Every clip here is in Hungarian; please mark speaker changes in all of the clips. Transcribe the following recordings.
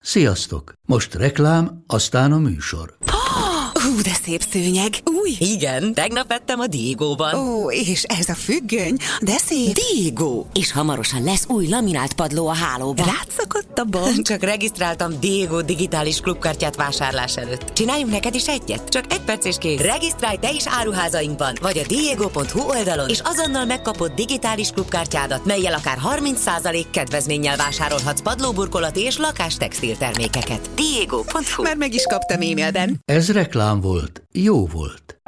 Speaker 1: Sziasztok! Most reklám, aztán a műsor.
Speaker 2: De szép szőnyeg. Új?
Speaker 3: Igen, tegnap vettem a Diegóban.
Speaker 2: Ó, és ez a függöny, de szép.
Speaker 3: Diegó! És hamarosan lesz új laminált padló a hálóban.
Speaker 2: Rátszakadt a bank.
Speaker 3: Csak regisztráltam Diegó digitális klubkártyát vásárlás előtt. Csináljunk neked is egyet? Csak 1 perc és kész. Regisztrálj te is áruházainkban, vagy a diego.hu oldalon, és azonnal megkapod digitális klubkártyádat, mellyel akár 30% kedvezménnyel vásárolhatsz padlóburkolati és lakástextil termékeket. Diego.hu.
Speaker 2: Már meg is kaptam e-mailben.
Speaker 1: Ez reklám volt. Jó volt.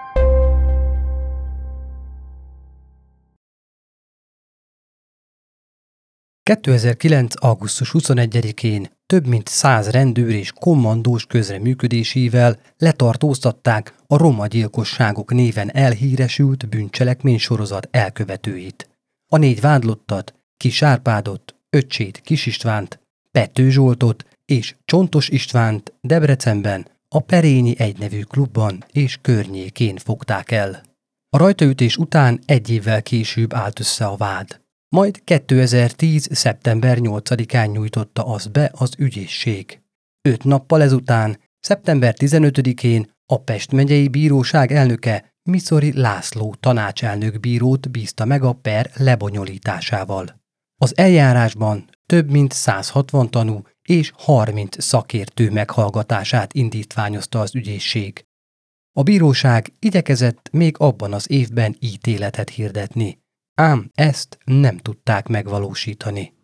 Speaker 4: ...2009. augusztus 21-én több mint 100 rendőr és kommandós közreműködésével letartóztatták a roma gyilkosságok néven elhíresült bűncselekmény sorozat elkövetőit. A 4 vádlottat, Kis Árpádot, öccsét Kis Istvánt, Pető Zsoltot és Csontos Istvánt Debrecenben a Perényi egynevű klubban és környékén fogták el. A rajtaütés után 1 évvel később állt össze a vád. Majd 2010. szeptember 8-án nyújtotta azt be az ügyészség. 5 nappal ezután, szeptember 15-én a Pest megyei bíróság elnöke Miszori László tanácselnök bírót bízta meg a per lebonyolításával. Az eljárásban több mint 160 tanú és 30 szakértő meghallgatását indítványozta az ügyészség. A bíróság igyekezett még abban az évben ítéletet hirdetni, ám ezt nem tudták megvalósítani.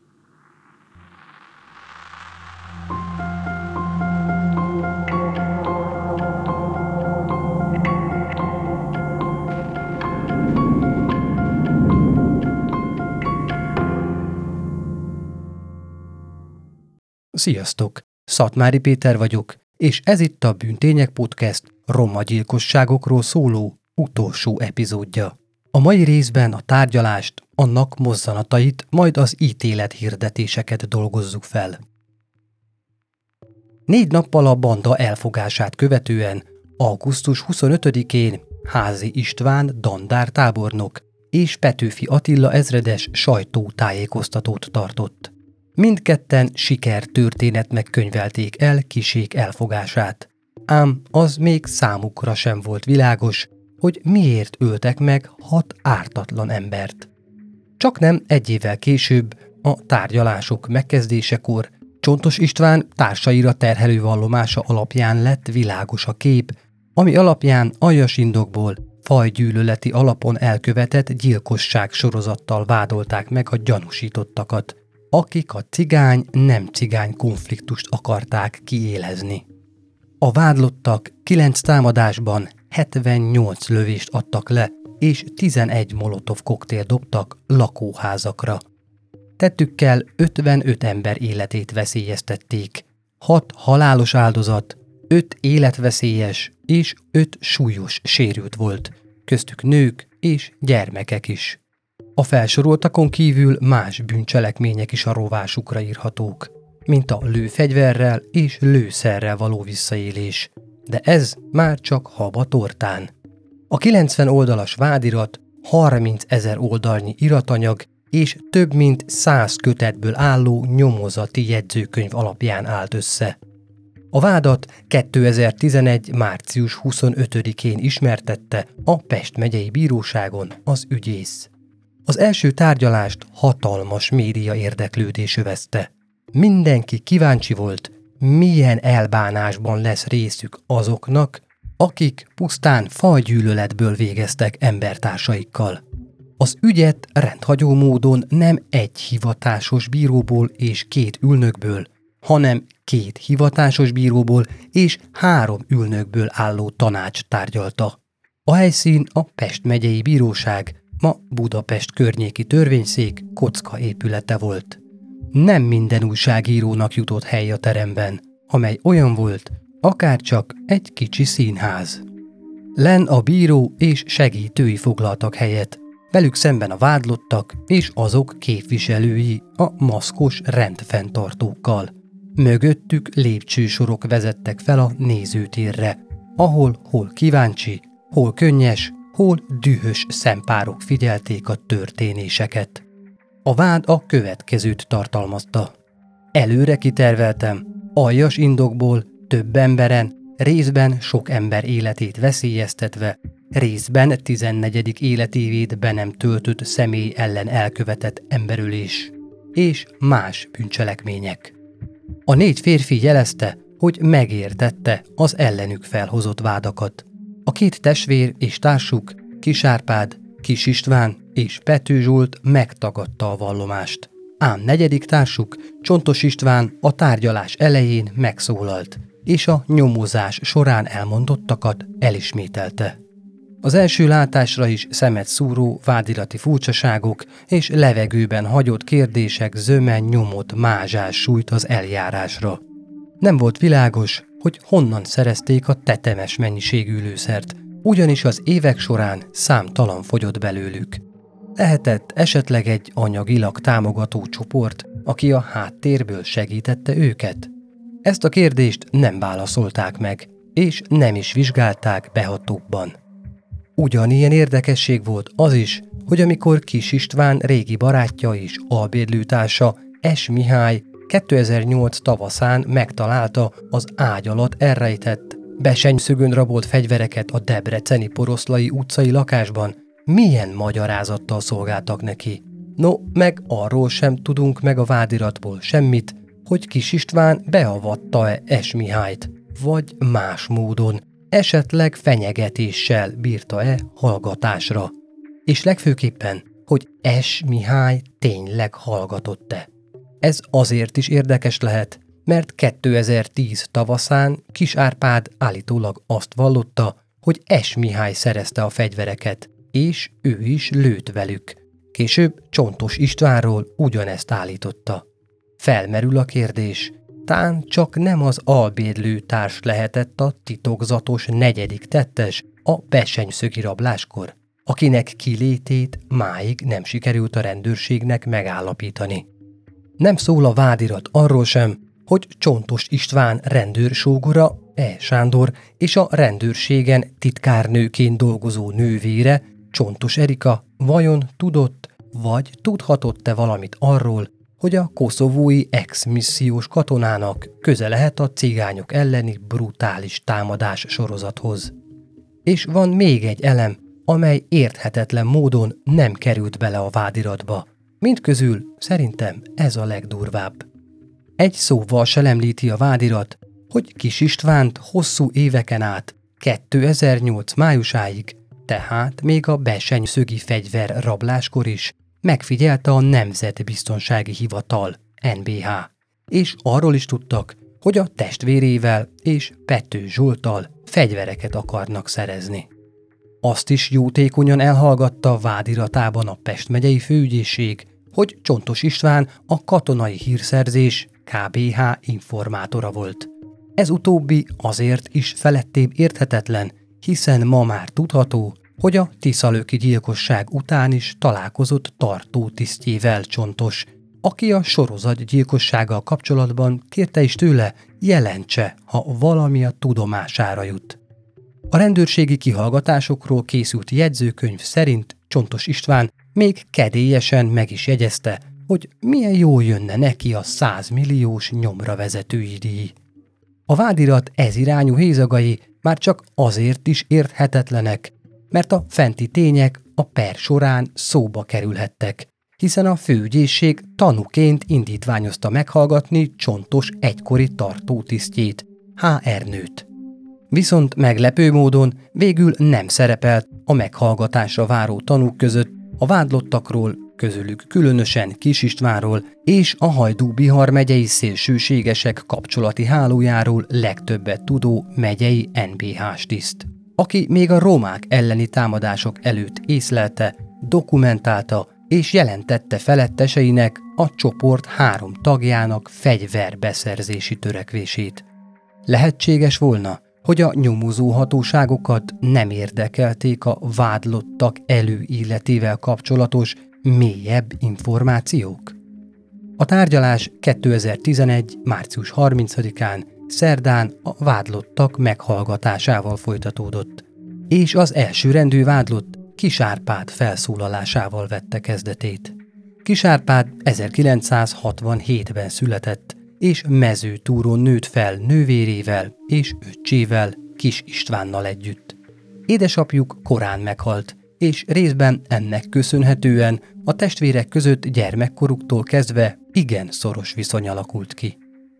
Speaker 4: Sziasztok! Szatmári Péter vagyok, és ez itt a Bűntények Podcast roma gyilkosságokról szóló utolsó epizódja. A mai részben a tárgyalást, annak mozzanatait, majd az ítélethirdetéseket dolgozzuk fel. 4 nappal a banda elfogását követően, augusztus 25-én Házi István dandár tábornok és Petőfi Attila ezredes sajtótájékoztatót tartott. Mindketten sikertörténetnek könyvelték el Kisék elfogását, ám az még számukra sem volt világos, hogy miért öltek meg 6 ártatlan embert. Csaknem 1 évvel később, a tárgyalások megkezdésekor Csontos István társaira terhelő vallomása alapján lett világos a kép, ami alapján aljas indokból fajgyűlöleti alapon elkövetett gyilkosság sorozattal vádolták meg a gyanúsítottakat, akik a cigány-nem cigány konfliktust akarták kiélezni. A vádlottak 9 támadásban 78 lövést adtak le, és 11 molotov koktél dobtak lakóházakra. Tettükkel 55 ember életét veszélyeztették, 6 halálos áldozat, 5 életveszélyes és 5 súlyos sérült volt, köztük nők és gyermekek is. A felsoroltakon kívül más bűncselekmények is a rovásukra írhatók, mint a lőfegyverrel és lőszerrel való visszaélés, de ez már csak haba tortán. A 90 oldalas vádirat 30 000 oldalnyi iratanyag és több mint 100 kötetből álló nyomozati jegyzőkönyv alapján állt össze. A vádat 2011. március 25-én ismertette a Pest megyei bíróságon az ügyész. Az első tárgyalást hatalmas média érdeklődés övezte. Mindenki kíváncsi volt, milyen elbánásban lesz részük azoknak, akik pusztán fajgyűlöletből végeztek embertársaikkal. Az ügyet rendhagyó módon nem 1 hivatásos bíróból és 2 ülnökből, hanem 2 hivatásos bíróból és 3 ülnökből álló tanács tárgyalta. A helyszín a Pest megyei bíróság, ma Budapest környéki törvényszék kocka épülete volt. Nem minden újságírónak jutott hely a teremben, amely olyan volt, akárcsak egy kicsi színház. Len a bíró és segítői foglaltak helyet, velük szemben a vádlottak és azok képviselői a maszkos rendfenntartókkal. Mögöttük lépcsősorok vezettek fel a nézőtérre, ahol hol kíváncsi, hol könnyes, hol dühös szempárok figyelték a történéseket. A vád a következőt tartalmazta. Előre kiterveltem, aljas indokból több emberen, részben sok ember életét veszélyeztetve, részben 14. életévét be nem töltött személy ellen elkövetett emberölés és más bűncselekmények. A 4 férfi jelezte, hogy megértette az ellenük felhozott vádakat. A 2 testvér és társuk, Kis Árpád, Kis István és Pető Zsolt megtagadta a vallomást. Ám 4. társuk, Csontos István a tárgyalás elején megszólalt, és a nyomozás során elmondottakat elismételte. Az első látásra is szemet szúró vádirati furcsaságok és levegőben hagyott kérdések zöme nyomott mázsás súlyt az eljárásra. Nem volt világos, hogy honnan szerezték a tetemes mennyiségű lőszert, ugyanis az évek során számtalan fogyott belőlük. Lehetett esetleg egy anyagilag támogató csoport, aki a háttérből segítette őket? Ezt a kérdést nem válaszolták meg, és nem is vizsgálták behatóbban. Ugyanilyen érdekesség volt az is, hogy amikor Kis István régi barátja és albérlőtársa S. Mihály 2008 tavaszán megtalálta az ágy alatt elrejtett, besenyszögön rabolt fegyvereket a debreceni Poroszlai utcai lakásban, milyen magyarázattal szolgáltak neki. No, meg arról sem tudunk meg a vádiratból semmit, hogy Kis István beavatta-e S. Mihályt, vagy más módon, esetleg fenyegetéssel bírta-e hallgatásra. És legfőképpen, hogy S. Mihály tényleg hallgatott-e. Ez azért is érdekes lehet, mert 2010 tavaszán Kis Árpád állítólag azt vallotta, hogy S. Mihály szerezte a fegyvereket, és ő is lőtt velük. Később Csontos Istvánról ugyanezt állította. Felmerül a kérdés, tán csak nem az albérlő társ lehetett a titokzatos 4. tettes a besenyszögi rabláskor, akinek kilétét máig nem sikerült a rendőrségnek megállapítani. Nem szól a vádirat arról sem, hogy Csontos István rendőrsógora, E. Sándor és a rendőrségen titkárnőként dolgozó nővére, Csontos Erika vajon tudott vagy tudhatott-e valamit arról, hogy a koszovói ex-missziós katonának köze lehet a cigányok elleni brutális támadás sorozathoz. És van még egy elem, amely érthetetlen módon nem került bele a vádiratba. Mindközül szerintem ez a legdurvább. Egy szóval se említi a vádirat, hogy Kis Istvánt hosszú éveken át, 2008 májusáig, tehát még a besenyszögi fegyver rabláskor is megfigyelte a Nemzetbiztonsági Hivatal, NBH, és arról is tudtak, hogy a testvérével és Pető Zsolttal fegyvereket akarnak szerezni. Azt is jótékonyan elhallgatta a vádiratában a Pest megyei főügyészség, hogy Csontos István a katonai hírszerzés KBH informátora volt. Ez utóbbi azért is felettébb érthetetlen, hiszen ma már tudható, hogy a tiszalöki gyilkosság után is találkozott tartótisztjével Csontos, aki a sorozatgyilkossággal kapcsolatban kérte is tőle, jelentse, ha valami a tudomására jut. A rendőrségi kihallgatásokról készült jegyzőkönyv szerint Csontos István még kedélyesen meg is jegyezte, hogy milyen jól jönne neki a 100 milliós nyomra vezetői díj. A vádirat ez irányú hézagai már csak azért is érthetetlenek, mert a fenti tények a per során szóba kerülhettek, hiszen a főügyészség tanúként indítványozta meghallgatni Csontos egykori tartótisztjét, HR nőt. Viszont meglepő módon végül nem szerepelt a meghallgatásra váró tanúk között a vádlottakról, közülük különösen Kis Istvánról és a Hajdú-Bihar megyei szélsőségesek kapcsolati hálójáról legtöbbet tudó megyei NBH-s tiszt, aki még a romák elleni támadások előtt észlelte, dokumentálta és jelentette feletteseinek a csoport 3 tagjának fegyverbeszerzési törekvését. Lehetséges volna, hogy a nyomozó hatóságokat nem érdekelték a vádlottak előéletével kapcsolatos mélyebb információk? A tárgyalás 2011. március 30-án szerdán a vádlottak meghallgatásával folytatódott, és az elsőrendű vádlott Kis Árpád felszólalásával vette kezdetét. Kis Árpád 1967-ben született, és mezőtúron nőtt fel nővérével és öccsével, Kis Istvánnal együtt. Édesapjuk korán meghalt, és részben ennek köszönhetően a testvérek között gyermekkoruktól kezdve igen szoros viszony alakult ki.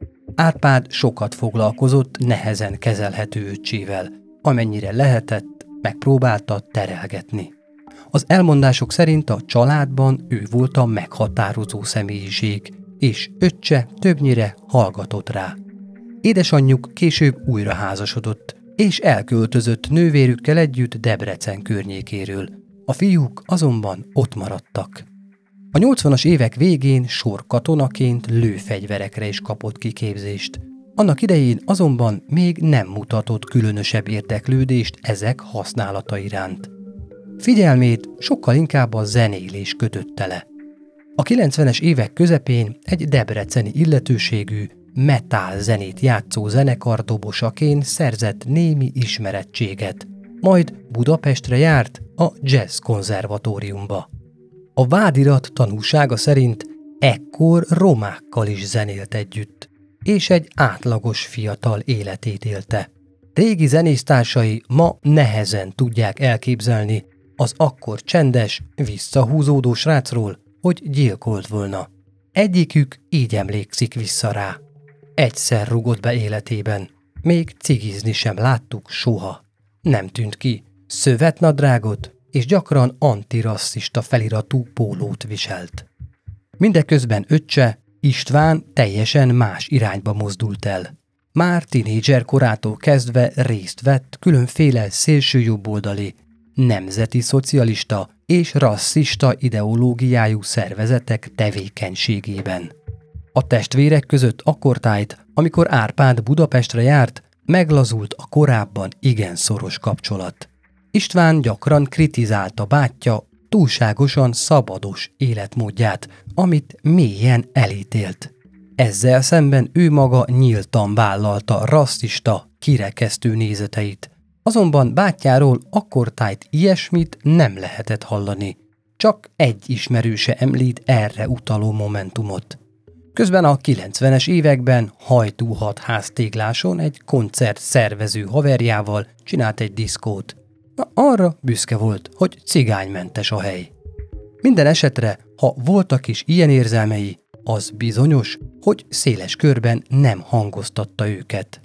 Speaker 4: Árpád sokat foglalkozott nehezen kezelhető öccsével, amennyire lehetett, megpróbálta terelgetni. Az elmondások szerint a családban ő volt a meghatározó személyiség, és öccse többnyire hallgatott rá. Édesanyjuk később újra házasodott, és elköltözött nővérükkel együtt Debrecen környékéről. A fiúk azonban ott maradtak. A 80-as évek végén sorkatonaként lőfegyverekre is kapott kiképzést. Annak idején azonban még nem mutatott különösebb érdeklődést ezek használata iránt. Figyelmét sokkal inkább a zenélés kötötte le. A 90-es évek közepén egy debreceni illetőségű, metal zenét játszó zenekar dobosaként szerzett némi ismerettséget, majd Budapestre járt a Jazz Konzervatóriumba. A vádirat tanúsága szerint ekkor romákkal is zenélt együtt, és egy átlagos fiatal életét élte. Régi zenésztársai ma nehezen tudják elképzelni az akkor csendes, visszahúzódó srácról, hogy gyilkolt volna. Egyikük így emlékszik vissza rá. Egyszer rugott be életében, még cigizni sem láttuk soha. Nem tűnt ki, szövetnadrágot és gyakran antirasszista feliratú pólót viselt. Mindeközben öccse, István teljesen más irányba mozdult el. Már tinédzser korától kezdve részt vett különféle szélsőjobboldali, nemzeti szocialista és rasszista ideológiájú szervezetek tevékenységében. A testvérek között akkortájt, amikor Árpád Budapestre járt, meglazult a korábban igen szoros kapcsolat. István gyakran kritizálta bátyja túlságosan szabados életmódját, amit mélyen elítélt. Ezzel szemben ő maga nyíltan vállalta rasszista, kirekesztő nézeteit. Azonban bátyjáról akkortájt ilyesmit nem lehetett hallani. Csak egy ismerőse említ erre utaló momentumot. Közben a 90-es években Hajtúhat-háztégláson egy koncert szervező haverjával csinált egy diszkót. Na, arra büszke volt, hogy cigánymentes a hely. Minden esetre, ha voltak is ilyen érzelmei, az bizonyos, hogy széles körben nem hangoztatta őket.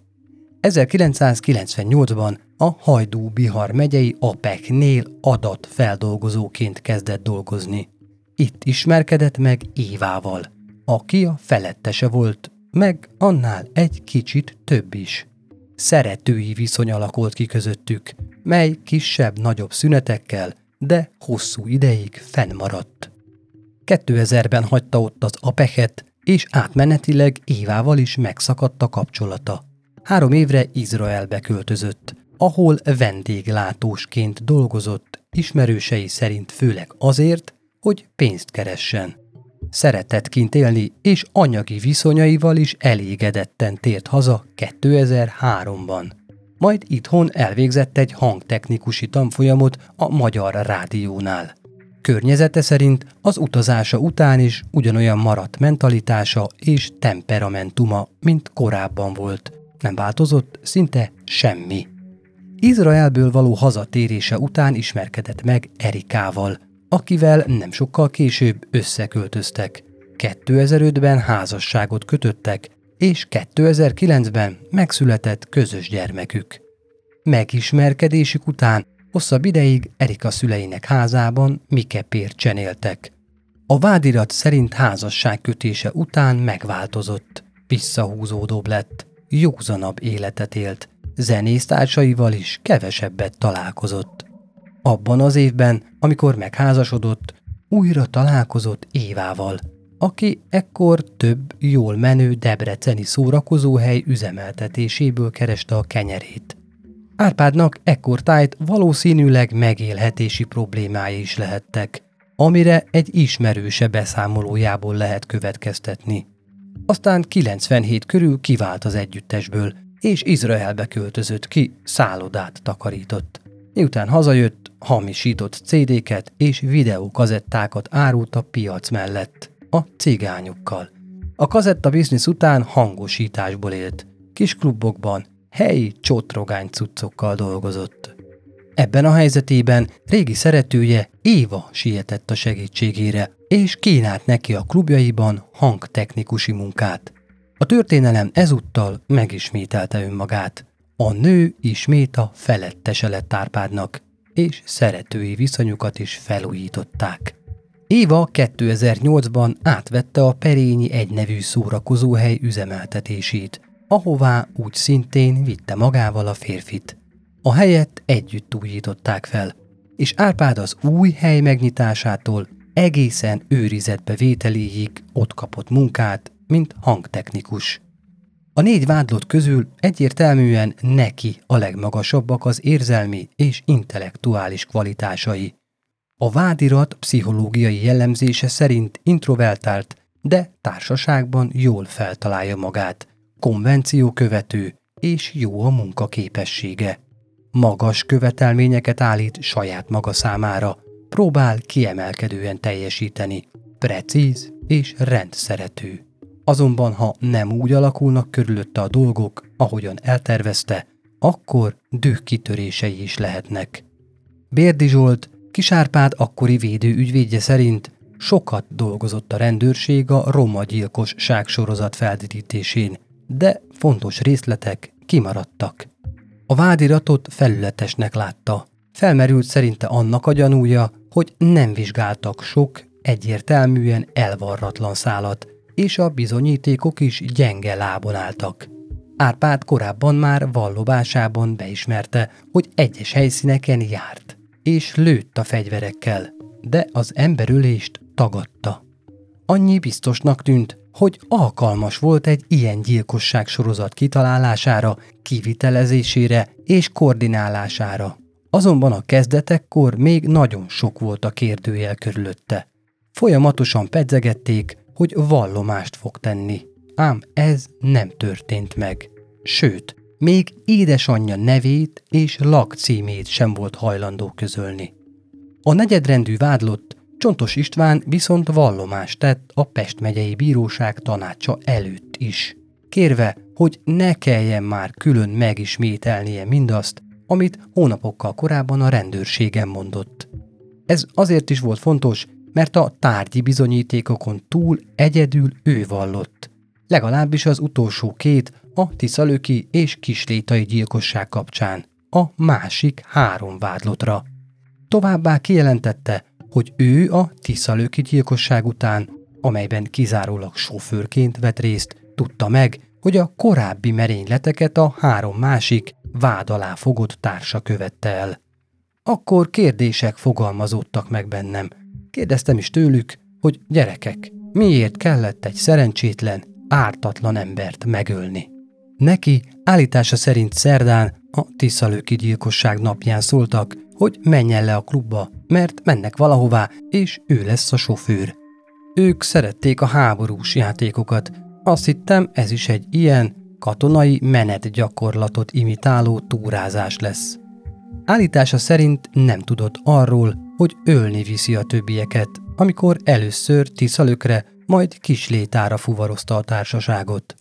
Speaker 4: 1998-ban a Hajdú-Bihar megyei APEC-nél adatfeldolgozóként kezdett dolgozni. Itt ismerkedett meg Évával, aki a felettese volt, meg annál egy kicsit több is. Szeretői viszony alakult ki közöttük, mely kisebb-nagyobb szünetekkel, de hosszú ideig fennmaradt. 2000-ben hagyta ott az APEC-et, és átmenetileg Évával is megszakadt a kapcsolata. 3 évre Izraelbe költözött, ahol vendéglátósként dolgozott, ismerősei szerint főleg azért, hogy pénzt keressen. Szeretett kint élni, és anyagi viszonyaival is elégedetten tért haza 2003-ban. Majd itthon elvégzett egy hangtechnikusi tanfolyamot a Magyar Rádiónál. Környezete szerint az utazása után is ugyanolyan maradt mentalitása és temperamentuma, mint korábban volt. Nem változott szinte semmi. Izraelből való hazatérése után ismerkedett meg Erikával, akivel nem sokkal később összeköltöztek. 2005-ben házasságot kötöttek, és 2009-ben megszületett közös gyermekük. Megismerkedésük után hosszabb ideig Erika szüleinek házában Mikepércsen éltek. A vádirat szerint házasságkötése után megváltozott, visszahúzódóbb lett, józanabb életet élt, zenésztársaival is kevesebbet találkozott. Abban az évben, amikor megházasodott, újra találkozott Évával, aki ekkor több jól menő debreceni szórakozóhely üzemeltetéséből kereste a kenyerét. Árpádnak ekkortájt valószínűleg megélhetési problémái is lehettek, amire egy ismerőse beszámolójából lehet következtetni. Aztán 97 körül kivált az együttesből, és Izraelbe költözött ki, szállodát takarított. Miután hazajött, hamisított CD-ket és videókazettákat árult a piac mellett, a cigányokkal. A kazetta biznisz után hangosításból élt. Kis klubokban, helyi csotrogány cuccokkal dolgozott. Ebben a helyzetében régi szeretője Éva sietett a segítségére, és kínált neki a klubjaiban hangtechnikusi munkát. A történelem ezúttal megismételte önmagát. A nő ismét a felettese lett Árpádnak, és szeretői viszonyukat is felújították. Éva 2008-ban átvette a Perényi egynevű szórakozóhely üzemeltetését, ahová úgy szintén vitte magával a férfit. A helyet együtt újították fel, és Árpád az új hely megnyitásától egészen őrizetbe vételéig ott kapott munkát, mint hangtechnikus. A 4 vádlott közül egyértelműen neki a legmagasabbak az érzelmi és intellektuális kvalitásai. A vádirat pszichológiai jellemzése szerint introvertált, de társaságban jól feltalálja magát, konvenciókövető és jó a munkaképessége. Magas követelményeket állít saját maga számára, próbál kiemelkedően teljesíteni, precíz és rendszerető. Azonban, ha nem úgy alakulnak körülötte a dolgok, ahogyan eltervezte, akkor dühkitörései is lehetnek. Bérdi Zsolt, Kis Árpád akkori védőügyvédje szerint sokat dolgozott a rendőrség a romagyilkosság sorozat felderítésén, de fontos részletek kimaradtak. A vádiratot felületesnek látta. Felmerült szerinte annak a gyanúja, hogy nem vizsgáltak sok, egyértelműen elvarratlan szálat, és a bizonyítékok is gyenge lábon álltak. Árpád korábban már vallomásában beismerte, hogy egyes helyszíneken járt, és lőtt a fegyverekkel, de az emberölést tagadta. Annyi biztosnak tűnt, hogy alkalmas volt egy ilyen gyilkosság sorozat kitalálására, kivitelezésére és koordinálására. Azonban a kezdetekkor még nagyon sok volt a kérdőjel körülötte. Folyamatosan pedzegették, hogy vallomást fog tenni. Ám ez nem történt meg. Sőt, még édesanyja nevét és lakcímét sem volt hajlandó közölni. A negyedrendű vádlott, Csontos István viszont vallomást tett a Pest megyei bíróság tanácsa előtt is, kérve, hogy ne kelljen már külön megismételnie mindazt, amit hónapokkal korábban a rendőrségen mondott. Ez azért is volt fontos, mert a tárgyi bizonyítékokon túl egyedül ő vallott. Legalábbis az utolsó 2, a tiszalöki és kislétai gyilkosság kapcsán, a másik 3 vádlottra. Továbbá kijelentette, hogy ő a tiszalöki gyilkosság után, amelyben kizárólag sofőrként vett részt, tudta meg, hogy a korábbi merényleteket a 3 másik vád alá fogott társa követte el. Akkor kérdések fogalmazódtak meg bennem. Kérdeztem is tőlük, hogy gyerekek, miért kellett egy szerencsétlen, ártatlan embert megölni. Neki állítása szerint szerdán, a tiszalöki gyilkosság napján szóltak, hogy menjen le a klubba, mert mennek valahová, és ő lesz a sofőr. Ők szerették a háborús játékokat. Azt hittem, ez is egy ilyen katonai menetgyakorlatot imitáló túrázás lesz. Állítása szerint nem tudott arról, hogy ölni viszi a többieket, amikor először Tiszalökre, majd Kislétára fuvarozta a társaságot.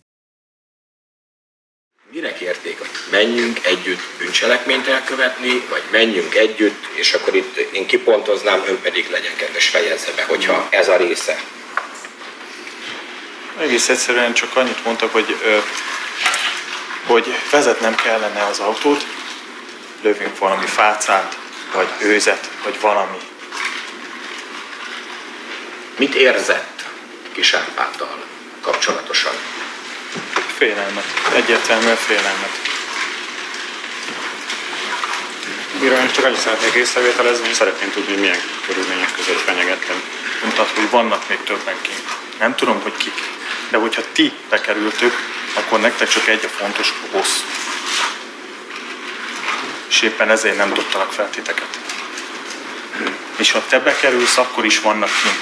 Speaker 5: Mire kérték? Menjünk együtt bűncselekményt elkövetni, vagy menjünk együtt, és akkor itt én kipontoznám, ön pedig legyen kedves fejezze be, hogyha ez a része.
Speaker 6: Egész egyszerűen csak annyit mondtak, hogy vezetnem kellene az autót, lövünk valami fácát, vagy őzet, vagy valami.
Speaker 5: Mit érzett Kis Árpáddal kapcsolatosan?
Speaker 6: Félelmet. Egyértelműen félelmet.
Speaker 7: Bíróan csak annyit szeretnék észrevételezni, szeretném tudni, hogy milyen körülmények között fenyegettem.
Speaker 6: Mondtad, hogy vannak még többen kint. Nem tudom, hogy kik. De hogyha ti bekerültök, akkor nektek csak egy a fontos, a bosszú. És éppen ezért nem dobtalak fel titeket. És ha te bekerülsz, akkor is vannak kint.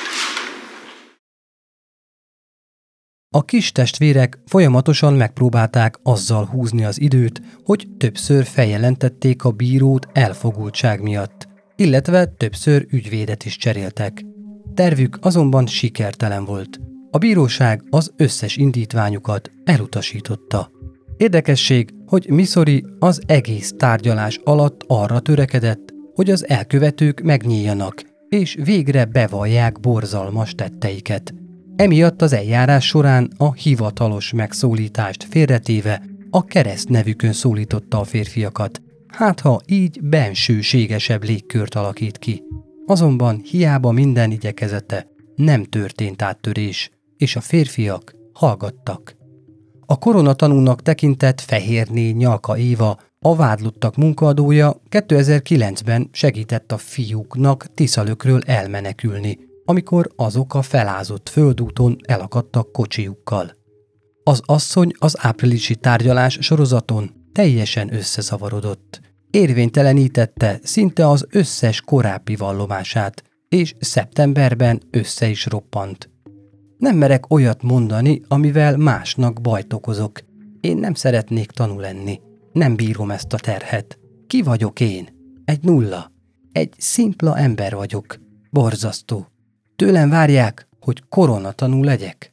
Speaker 4: A kis testvérek folyamatosan megpróbálták azzal húzni az időt, hogy többször feljelentették a bírót elfogultság miatt, illetve többször ügyvédet is cseréltek. Tervük azonban sikertelen volt. A bíróság az összes indítványukat elutasította. Érdekesség, hogy Missouri az egész tárgyalás alatt arra törekedett, hogy az elkövetők megnyíljanak, és végre bevallják borzalmas tetteiket. Emiatt az eljárás során a hivatalos megszólítást félretéve a keresztnevükön szólította a férfiakat, hát ha így bensőségesebb légkört alakít ki. Azonban hiába minden igyekezete, nem történt áttörés, és a férfiak hallgattak. A koronatanúnak tekintett Fehérné Nyalka Éva, a vádlottak munkaadója 2009-ben segített a fiúknak Tiszalökről elmenekülni, amikor azok a felázott földúton elakadtak kocsijukkal. Az asszony az áprilisi tárgyalás sorozaton teljesen összezavarodott. Érvénytelenítette szinte az összes korábbi vallomását, és szeptemberben össze is roppant. Nem merek olyat mondani, amivel másnak bajt okozok. Én nem szeretnék tanú lenni. Nem bírom ezt a terhet. Ki vagyok én? Egy nulla. Egy szimpla ember vagyok. Borzasztó. Tőlem várják, hogy koronatanú legyek.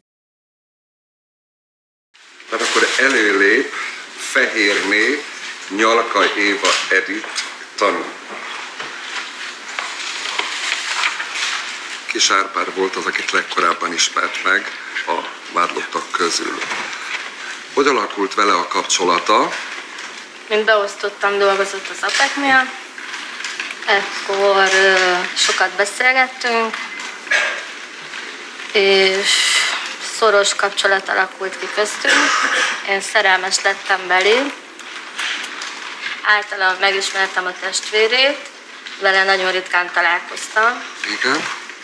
Speaker 8: Hát akkor előlép Fehérné Nyalka Éva Edith tanú. Kis Árpád volt az, akit legkorábban ismert meg a vádlottak közül. Hogy alakult vele a kapcsolata?
Speaker 9: Mint beosztottam, dolgozott az APEC-nél, ekkor sokat beszélgettünk, és szoros kapcsolat alakult ki köztünk. Én szerelmes lettem belé, általában megismertem a testvérét, vele nagyon ritkán találkoztam.
Speaker 8: Igen.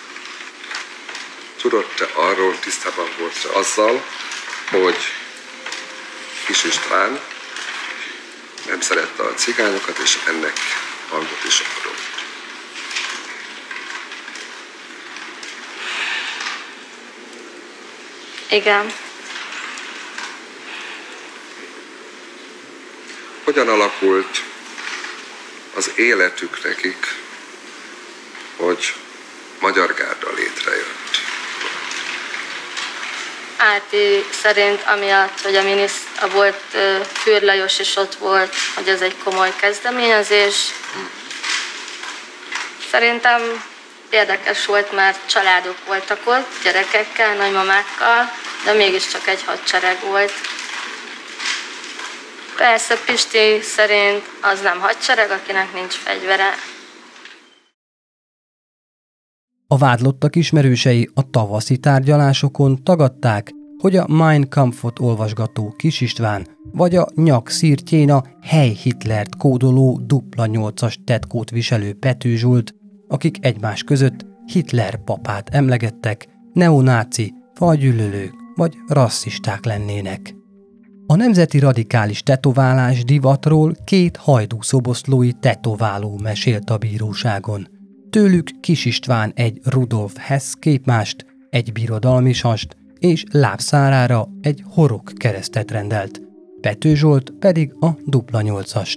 Speaker 8: Tudod, te arról tisztában volt azzal, hogy Kis István nem szerette a cigányokat, és ennek hangot is adott.
Speaker 9: Igen.
Speaker 8: Hogyan alakult az életük nekik, hogy Magyar Gárda létrejött?
Speaker 9: Áti szerint amiatt, hogy a volt Fürd Lajos is ott volt, hogy ez egy komoly kezdeményezés. Szerintem érdekes volt, mert családok voltak ott, gyerekekkel, nagymamákkal, de mégiscsak egy hadsereg volt. Persze Pisti szerint az nem hadsereg, akinek nincs fegyvere.
Speaker 4: A vádlottak ismerősei a tavaszi tárgyalásokon tagadták, hogy a Mein Kampfot olvasgató Kis István vagy a nyak szirtjén a Hely Hitlert kódoló 8-as tetkót viselő Pető Zsolt, akik egymás között Hitler papát emlegettek, neonáci, fajgyűlölők vagy rasszisták lennének. A nemzeti radikális tetoválás divatról 2 hajdúszoboszlói tetováló mesélt a bíróságon. Tőlük Kis István egy Rudolf Hess képmást, egy birodalmisast és lábszárára egy horog keresztet rendelt, Pető Zsolt pedig a 8-ast.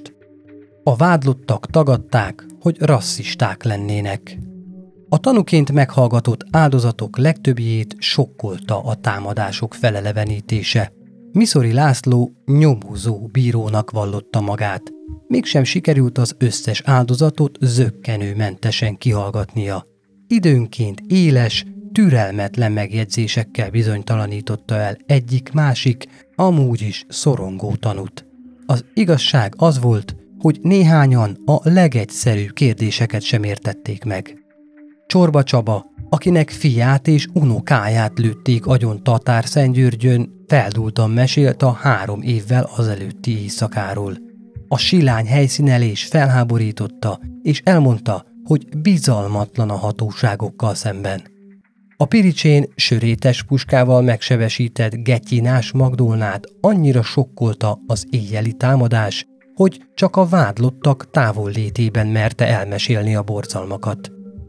Speaker 4: A vádlottak tagadták, hogy rasszisták lennének. A tanúként meghallgatott áldozatok legtöbbjét sokkolta a támadások felelevenítése. Missouri László nyomozó bírónak vallotta magát. Mégsem sikerült az összes áldozatot zökkenőmentesen kihallgatnia. Időnként éles, türelmetlen megjegyzésekkel bizonytalanította el egyik-másik, amúgy is szorongó tanút. Az igazság az volt, hogy néhányan a legegyszerűbb kérdéseket sem értették meg. Csorba Csaba, akinek fiát és unokáját lőtték agyon Tatárszentgyörgyön, feldúltan mesélt a 3 évvel azelőtti éjszakáról. A silány helyszínelés felháborította, és elmondta, hogy bizalmatlan a hatóságokkal szemben. A Piricsén sörétes puskával megsebesített Getyinás Magdolnát annyira sokkolta az éjjeli támadás, hogy csak a vádlottak távollétében merte elmesélni a borzalmakat.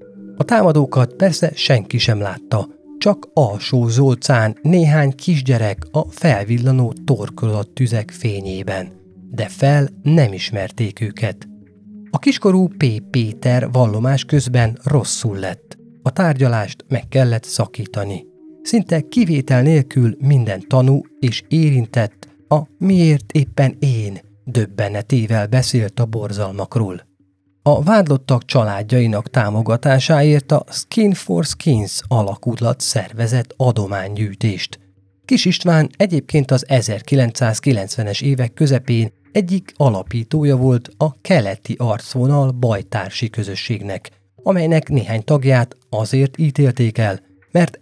Speaker 4: A támadókat persze senki sem látta, csak alsó Zolcán néhány kisgyerek a felvillanó torkolat-tüzek fényében, de fel nem ismerték őket. A kiskorú P. Péter vallomás közben rosszul lett. A tárgyalást meg kellett szakítani. Szinte kivétel nélkül minden tanú és érintett a miért éppen én döbbenetével beszélt a borzalmakról. A vádlottak családjainak támogatásáért a Skin for Skins alakulat szervezett adománygyűjtést. Kis István egyébként az 1990-es évek közepén egyik alapítója volt a keleti arcvonal bajtársi közösségnek, amelynek néhány tagját azért ítélték el, mert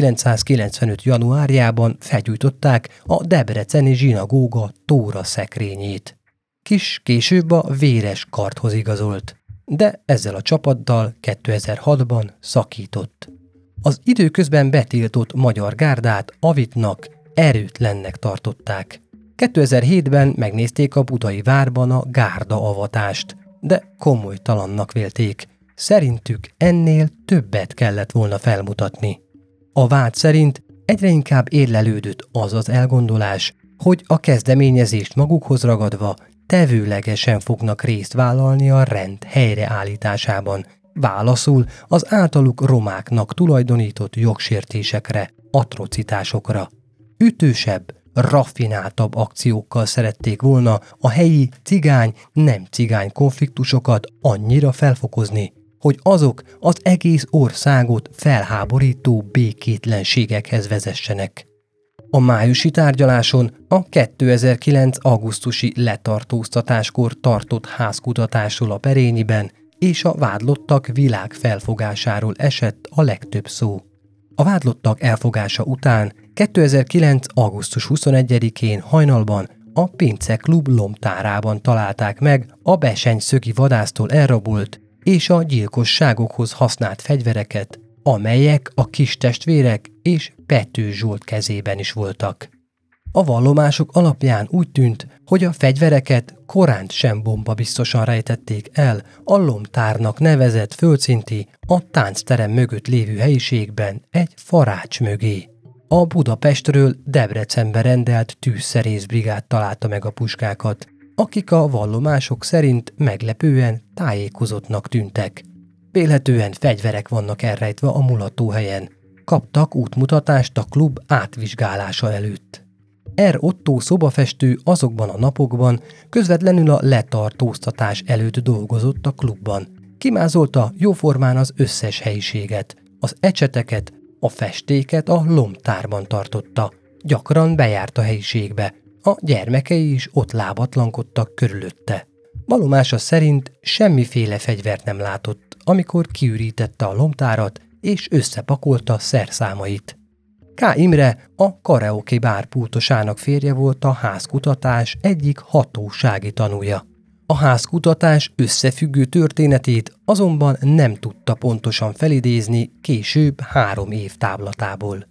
Speaker 4: 1995. januárjában felgyújtották a debreceni zsinagóga tóra szekrényét. Kis később a Véres Karthoz igazolt, de ezzel a csapattal 2006-ban szakított. Az időközben betiltott magyar gárdát avitnak, erőtlennek tartották. 2007-ben megnézték a budai várban a gárdaavatást, de komolytalannak vélték. Szerintük ennél többet kellett volna felmutatni. A vád szerint egyre inkább érlelődött az az elgondolás, hogy a kezdeményezést magukhoz ragadva tevőlegesen fognak részt vállalni a rend helyreállításában, válaszul az általuk romáknak tulajdonított jogsértésekre, atrocitásokra. Ütősebb, raffináltabb akciókkal szerették volna a helyi cigány-nem cigány konfliktusokat annyira felfokozni, hogy azok az egész országot felháborító békétlenségekhez vezessenek. A májusi tárgyaláson a 2009. augusztusi letartóztatáskor tartott házkutatásról a Perényiben és a vádlottak világfelfogásáról esett a legtöbb szó. A vádlottak elfogása után 2009. augusztus 21-én hajnalban a Pince Klub lomtárában találták meg a besenyszögi vadásztól elrabolt és a gyilkosságokhoz használt fegyvereket, amelyek a kis testvérek és Pető Zsolt kezében is voltak. A vallomások alapján úgy tűnt, hogy a fegyvereket koránt sem bomba biztosan rejtették el a lomtárnak nevezett földszinti, a táncterem mögött lévő helyiségben egy farács mögé. A Budapestről Debrecenbe rendelt tűzszerészbrigád találta meg a puskákat, akik a vallomások szerint meglepően tájékozottnak tűntek. Vélhetően fegyverek vannak elrejtve a mulatóhelyen. Kaptak útmutatást a klub átvizsgálása előtt. R. Ottó szobafestő azokban a napokban közvetlenül a letartóztatás előtt dolgozott a klubban. Kimázolta jóformán az összes helyiséget, az ecseteket, a festéket a lomtárban tartotta. Gyakran bejárt a helyiségbe, a gyermekei is ott lábatlankodtak körülötte. Vallomása szerint semmiféle fegyvert nem látott, amikor kiürítette a lomtárat és összepakolta szerszámait. K. Imre, a karaoke bár pultosának férje volt a házkutatás egyik hatósági tanúja. A házkutatás összefüggő történetét azonban nem tudta pontosan felidézni később 3 év távlatából.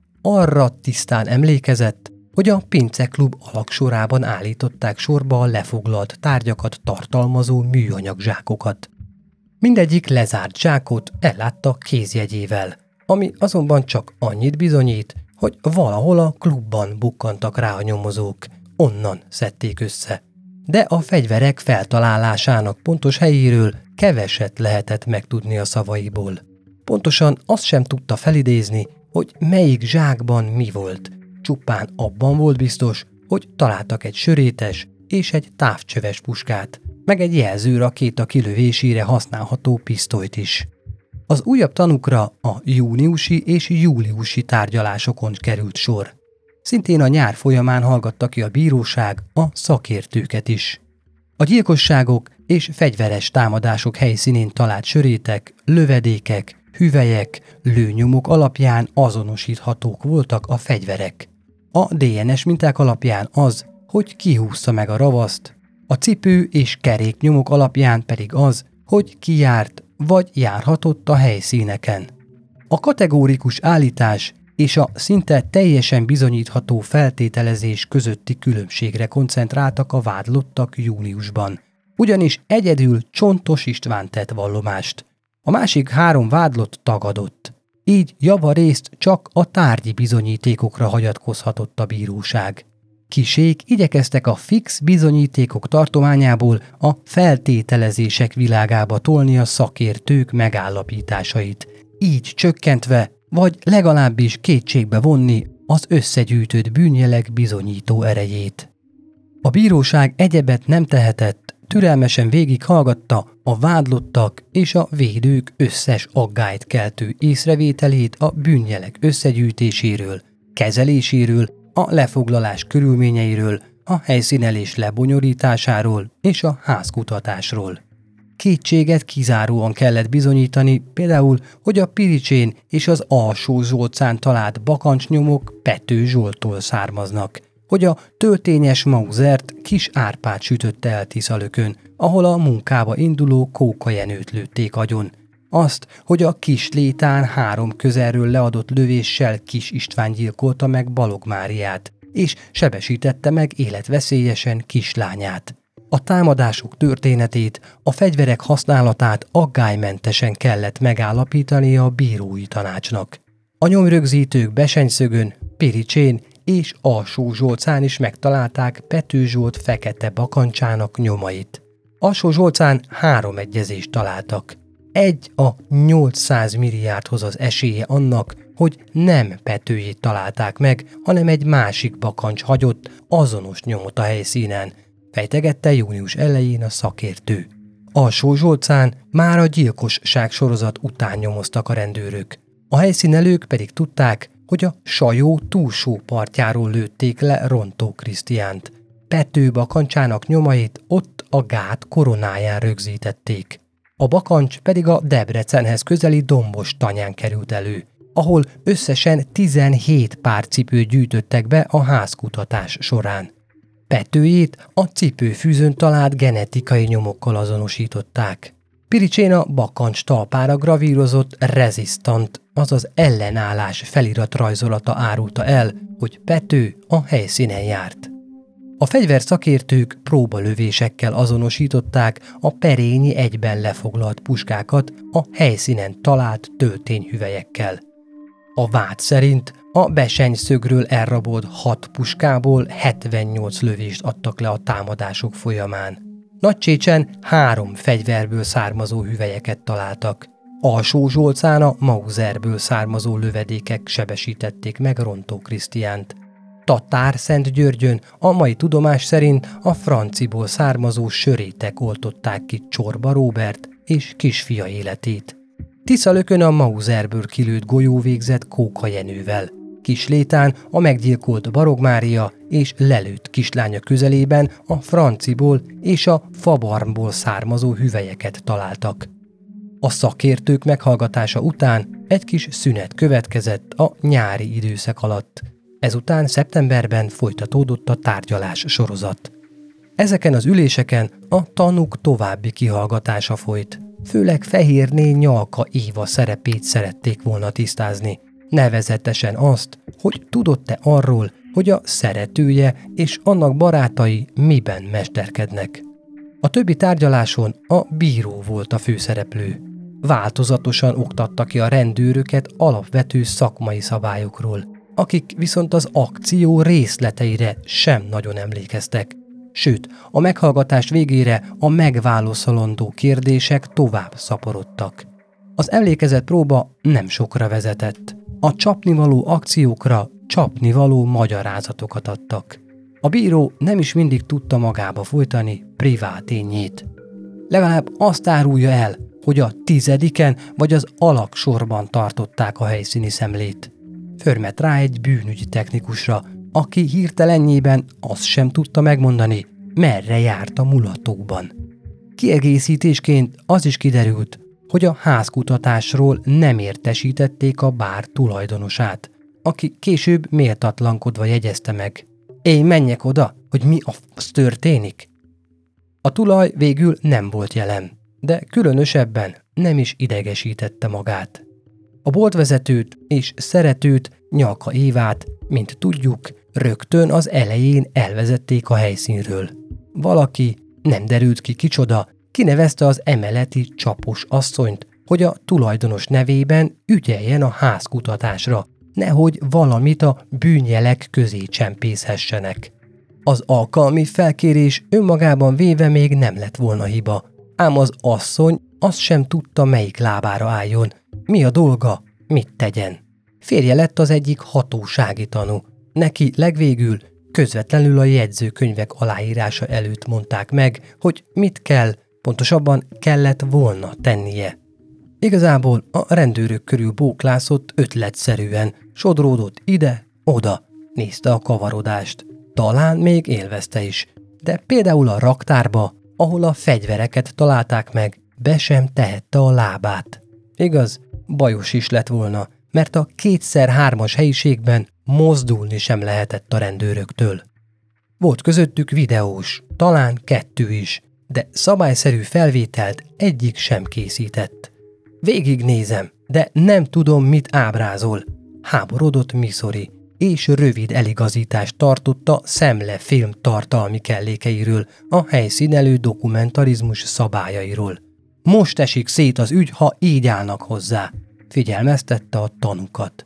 Speaker 4: Arra tisztán emlékezett, hogy a Pince Klub alaksorában állították sorba a lefoglalt tárgyakat tartalmazó műanyag zsákokat. Mindegyik lezárt zsákot ellátta kézjegyével, ami azonban csak annyit bizonyít, hogy valahol a klubban bukkantak rá a nyomozók, onnan szedték össze. De a fegyverek feltalálásának pontos helyéről keveset lehetett megtudni a szavaiból. Pontosan azt sem tudta felidézni, hogy melyik zsákban mi volt. Csupán abban volt biztos, hogy találtak egy sörétes és egy távcsöves puskát, meg egy jelzőrakéta kilövésére használható pisztolyt is. Az újabb tanúkra a júniusi és júliusi tárgyalásokon került sor. Szintén a nyár folyamán hallgatta ki a bíróság a szakértőket is. A gyilkosságok és fegyveres támadások helyszínén talált sörétek, lövedékek, hüvelyek, lőnyomok alapján azonosíthatók voltak a fegyverek. A DNS minták alapján az, hogy ki húzta meg a ravaszt, a cipő és keréknyomok alapján pedig az, hogy ki járt vagy járhatott a helyszíneken. A kategórikus állítás és a szinte teljesen bizonyítható feltételezés közötti különbségre koncentráltak a vádlottak júliusban, ugyanis egyedül Csontos István tett vallomást. A másik 3 vádlott tagadott. Így javarészt csak a tárgyi bizonyítékokra hagyatkozhatott a bíróság. Kisék igyekeztek a fix bizonyítékok tartományából a feltételezések világába tolni a szakértők megállapításait, így csökkentve vagy legalábbis kétségbe vonni az összegyűjtött bűnjelek bizonyító erejét. A bíróság egyebet nem tehetett, türelmesen végighallgatta a vádlottak és a védők összes aggályt keltő észrevételét a bűnjelek összegyűjtéséről, kezeléséről, a lefoglalás körülményeiről, a helyszínelés lebonyolításáról és a házkutatásról. Kétséget kizáróan kellett bizonyítani, például, hogy a Piricsén és az Alsó-Zsolcán talált bakancsnyomok Pető Zsolttól származnak, hogy a töltényes Mausert Kis Árpád sütötte el Tiszalökön, ahol a munkába induló Kóka Jenőt lőtték agyon. Azt, hogy a Kislétán 3 közelről leadott lövéssel Kis István gyilkolta meg Balogh Máriát, és sebesítette meg életveszélyesen kislányát. A támadások történetét, a fegyverek használatát aggálymentesen kellett megállapítania a bírói tanácsnak. A nyomrögzítők Besenyszögön, Piricsén és Alsó-Zsolcán is megtalálták Pető Zsolt fekete bakancsának nyomait. Alsó-Zsolcán 3 egyezést találtak. Egy a 800 milliárdhoz az esélye annak, hogy nem Petőjét találták meg, hanem egy másik bakancs hagyott azonos nyomot a helyszínen, fejtegette június elején a szakértő. Alsó-Zsolcán már a gyilkosság sorozat után nyomoztak a rendőrök. A helyszínelők pedig tudták, hogy a Sajó túlsó partjáról lőtték le Rontó Krisztiánt. Pető bakancsának nyomait ott a gát koronáján rögzítették. A bakancs pedig a Debrecenhez közeli Dombos tanyán került elő, ahol összesen 17 pár cipőt gyűjtöttek be a házkutatás során. Petőjét a cipőfűzőn talált genetikai nyomokkal azonosították. Piricsén a bakancs talpára gravírozott rezisztant, azaz ellenállás felirat rajzolata árulta el, hogy Pető a helyszínen járt. A fegyverszakértők próbalövésekkel azonosították a Perényi egyben lefoglalt puskákat a helyszínen talált töltényhüvelyekkel. A vád szerint a Besenyszögről elrabolt 6 puskából 78 lövést adtak le a támadások folyamán. Nagycsécsen 3 fegyverből származó hüvelyeket találtak. Alsó-Zsolcán a Mauserből származó lövedékek sebesítették meg Rontó Krisztiánt. Tatárszentgyörgyön a mai tudomás szerint a franciból származó sörétek oltották ki Csorba Róbert és kisfia életét. Tiszalökön a Mauserből kilőtt golyó végzett Kóka Jenővel. Kislétán a meggyilkolt Balogh Mária és lelőtt kislánya közelében a franciból és a fabarmból származó hüvelyeket találtak. A szakértők meghallgatása után egy kis szünet következett a nyári időszak alatt. Ezután szeptemberben folytatódott a tárgyalás sorozat. Ezeken az üléseken a tanúk további kihallgatása folyt. Főleg Fehérné Nyalka Éva szerepét szerették volna tisztázni. Nevezetesen azt, hogy tudott-e arról, hogy a szeretője és annak barátai miben mesterkednek. A többi tárgyaláson a bíró volt a főszereplő. Változatosan oktatta ki a rendőröket alapvető szakmai szabályokról, akik viszont az akció részleteire sem nagyon emlékeztek. Sőt, a meghallgatás végére a megválaszolandó kérdések tovább szaporodtak. Az emlékezett próba nem sokra vezetett. A csapnivaló akciókra csapnivaló magyarázatokat adtak. A bíró nem is mindig tudta magába folytani privátényét. Legalább azt árulja el, hogy a 10-en vagy az alaksorban tartották a helyszíni szemlét. Förmet rá egy bűnügyi technikusra, aki hirtelenjében azt sem tudta megmondani, merre járt a mulatóban. Kiegészítésként az is kiderült, hogy a házkutatásról nem értesítették a bár tulajdonosát, aki később méltatlankodva jegyezte meg. Én menjek oda, hogy mi a f*** történik? A tulaj végül nem volt jelen, de különösebben nem is idegesítette magát. A boltvezetőt és szeretőt, Nyalka Évát, mint tudjuk, rögtön az elején elvezették a helyszínről. Valaki, nem derült ki kicsoda, kinevezte az emeleti csapos asszonyt, hogy a tulajdonos nevében ügyeljen a házkutatásra, nehogy valamit a bűnjelek közé csempészhessenek. Az alkalmi felkérés önmagában véve még nem lett volna hiba, ám az asszony azt sem tudta, melyik lábára álljon, mi a dolga, mit tegyen. Férje lett az egyik hatósági tanú. Neki legvégül közvetlenül a jegyzőkönyvek aláírása előtt mondták meg, hogy mit kell, pontosabban kellett volna tennie. Igazából a rendőrök körül bóklászott ötletszerűen, sodródott ide-oda, nézte a kavarodást. Talán még élvezte is, de például a raktárba, ahol a fegyvereket találták meg, be sem tehette a lábát. Igaz, bajos is lett volna, mert a 2x3-as helyiségben mozdulni sem lehetett a rendőröktől. Volt közöttük videós, talán 2 is, de szabályszerű felvételt egyik sem készített. Végignézem, de nem tudom, mit ábrázol. Háborodott Missouri, és rövid eligazítást tartott a szemlefilm tartalmi kellékeiről, a helyszínelő dokumentarizmus szabályairól. Most esik szét az ügy, ha így állnak hozzá, figyelmeztette a tanukat.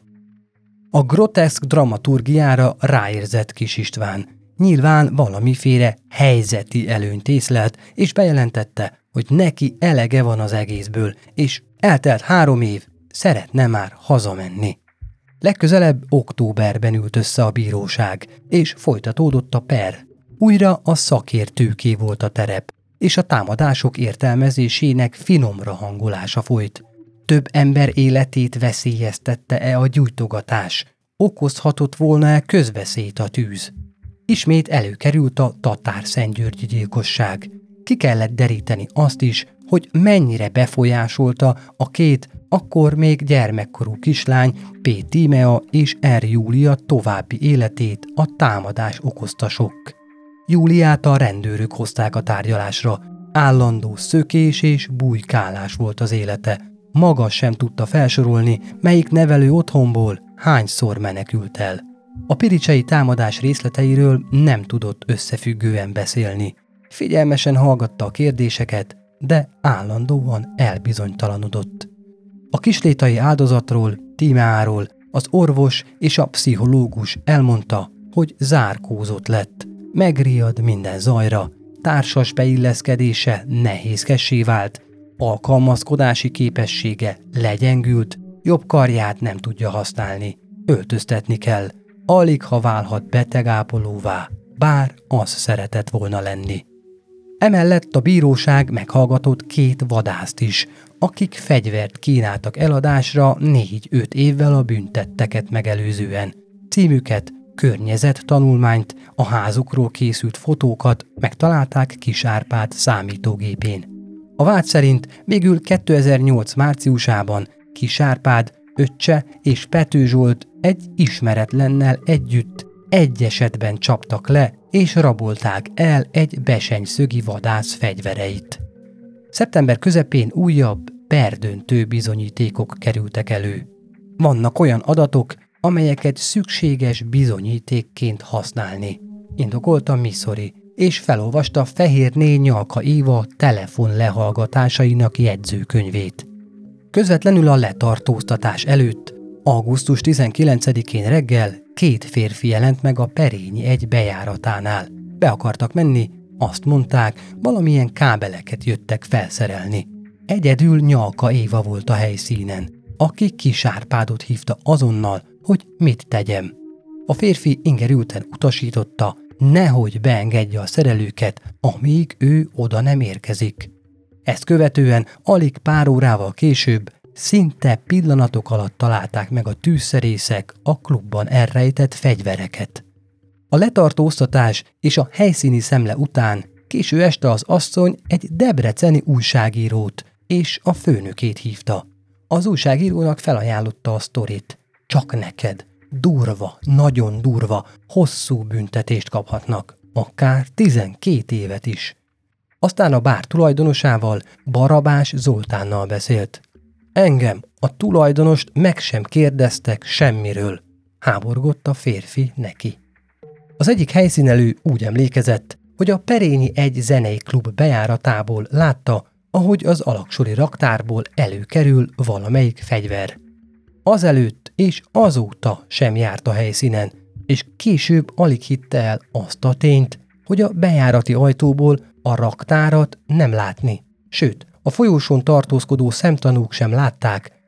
Speaker 4: A groteszk dramaturgiára ráérzett Kis István. Nyilván valamiféle helyzeti előnyt észlelt, és bejelentette, hogy neki elege van az egészből, és eltelt 3 év, szeretne már hazamenni. Legközelebb októberben ült össze a bíróság, és folytatódott a per. Újra a szakértőké volt a terep, és a támadások értelmezésének finomra hangolása folyt. Több ember életét veszélyeztette-e a gyújtogatás? Okozhatott volna-e közveszélyt a tűz? Ismét előkerült a tatárszentgyörgyi gyilkosság. Ki kellett deríteni azt is, hogy mennyire befolyásolta a 2 akkor még gyermekkorú kislány, P. Tímea és R. Júlia további életét a támadás okozta sokk. Júliát a rendőrök hozták a tárgyalásra. Állandó szökés és bujkálás volt az élete. Maga sem tudta felsorolni, melyik nevelő otthonból hányszor menekült el. A piricsei támadás részleteiről nem tudott összefüggően beszélni. Figyelmesen hallgatta a kérdéseket, de állandóan elbizonytalanodott. A kislétai áldozatról, Tímeáról az orvos és a pszichológus elmondta, hogy zárkózott lett, megriad minden zajra, társas beilleszkedése nehézkessé vált, alkalmazkodási képessége legyengült, jobb karját nem tudja használni, öltöztetni kell, alig ha válhat betegápolóvá, bár az szeretett volna lenni. Emellett a bíróság meghallgatott 2 vadászt is, akik fegyvert kínáltak eladásra 4-5 évvel a büntetteket megelőzően. Címüket, környezettanulmányt, a házukról készült fotókat megtalálták Kis Árpád számítógépén. A vád szerint végül 2008 márciusában Kis Árpád, öccse és Pető Zsolt egy ismeretlennel együtt egy esetben csaptak le, és rabolták el egy besenyszögi vadász fegyvereit. Szeptember közepén újabb, perdöntő bizonyítékok kerültek elő. Vannak olyan adatok, amelyeket szükséges bizonyítékként használni, indokolta Missouri, és felolvasta Fehérné Nyalka Éva telefon lehallgatásainak jegyzőkönyvét. Közvetlenül a letartóztatás előtt, augusztus 19-én reggel 2 férfi jelent meg a Perényi egy bejáratánál. Be akartak menni, azt mondták, valamilyen kábeleket jöttek felszerelni. Egyedül Nyalka Éva volt a helyszínen, aki Kis Árpádot hívta azonnal, hogy mit tegyem. A férfi ingerülten utasította, nehogy beengedje a szerelőket, amíg ő oda nem érkezik. Ezt követően alig pár órával később szinte pillanatok alatt találták meg a tűzszerészek a klubban elrejtett fegyvereket. A letartóztatás és a helyszíni szemle után késő este az asszony egy debreceni újságírót és a főnökét hívta. Az újságírónak felajánlotta a sztorit. Csak neked, durva, nagyon durva, hosszú büntetést kaphatnak, akár 12 évet is. Aztán a bár tulajdonosával, Barabás Zoltánnal beszélt. Engem, a tulajdonost meg sem kérdeztek semmiről, háborgott a férfi neki. Az egyik helyszínelő úgy emlékezett, hogy a Perényi egy zenei klub bejáratából látta, ahogy az alaksori raktárból előkerül valamelyik fegyver. Azelőtt és azóta sem járt a helyszínen, és később alig hitte el azt a tényt, hogy a bejárati ajtóból a raktárat nem látni. Sőt, a folyósón tartózkodó szemtanúk sem látták,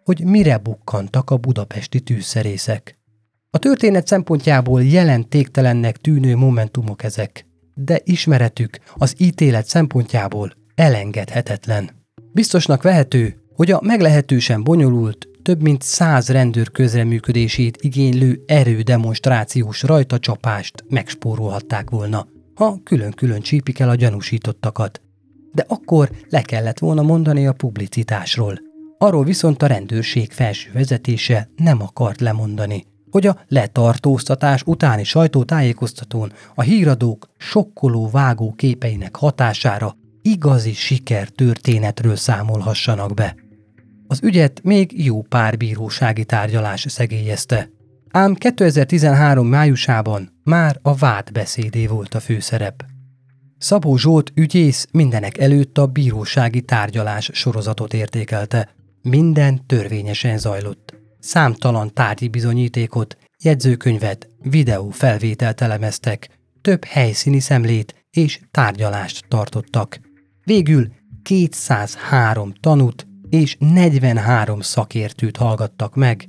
Speaker 4: hogy mire bukkantak a budapesti tűzszerészek. A történet szempontjából jelentéktelennek tűnő momentumok ezek, de ismeretük az ítélet szempontjából elengedhetetlen. Biztosnak vehető, hogy a meglehetősen bonyolult, több mint 100 rendőr közreműködését igénylő erődemonstrációs rajtacsapást megspórolhatták volna, ha külön-külön csípik el a gyanúsítottakat. De akkor le kellett volna mondani a publicitásról. Arról viszont a rendőrség felső vezetése nem akart lemondani, hogy a letartóztatás utáni sajtótájékoztatón a híradók sokkoló vágó képeinek hatására igazi sikertörténetről számolhassanak be. Az ügyet még jó pár bírósági tárgyalás szegélyezte. Ám 2013 májusában már a vádbeszédé volt a főszerep. Szabó Zsolt ügyész mindenek előtt a bírósági tárgyalás sorozatot értékelte. Minden törvényesen zajlott. Számtalan tárgyi bizonyítékot, jegyzőkönyvet, videófelvételt elemeztek, több helyszíni szemlét és tárgyalást tartottak. Végül 203 tanút és 43 szakértőt hallgattak meg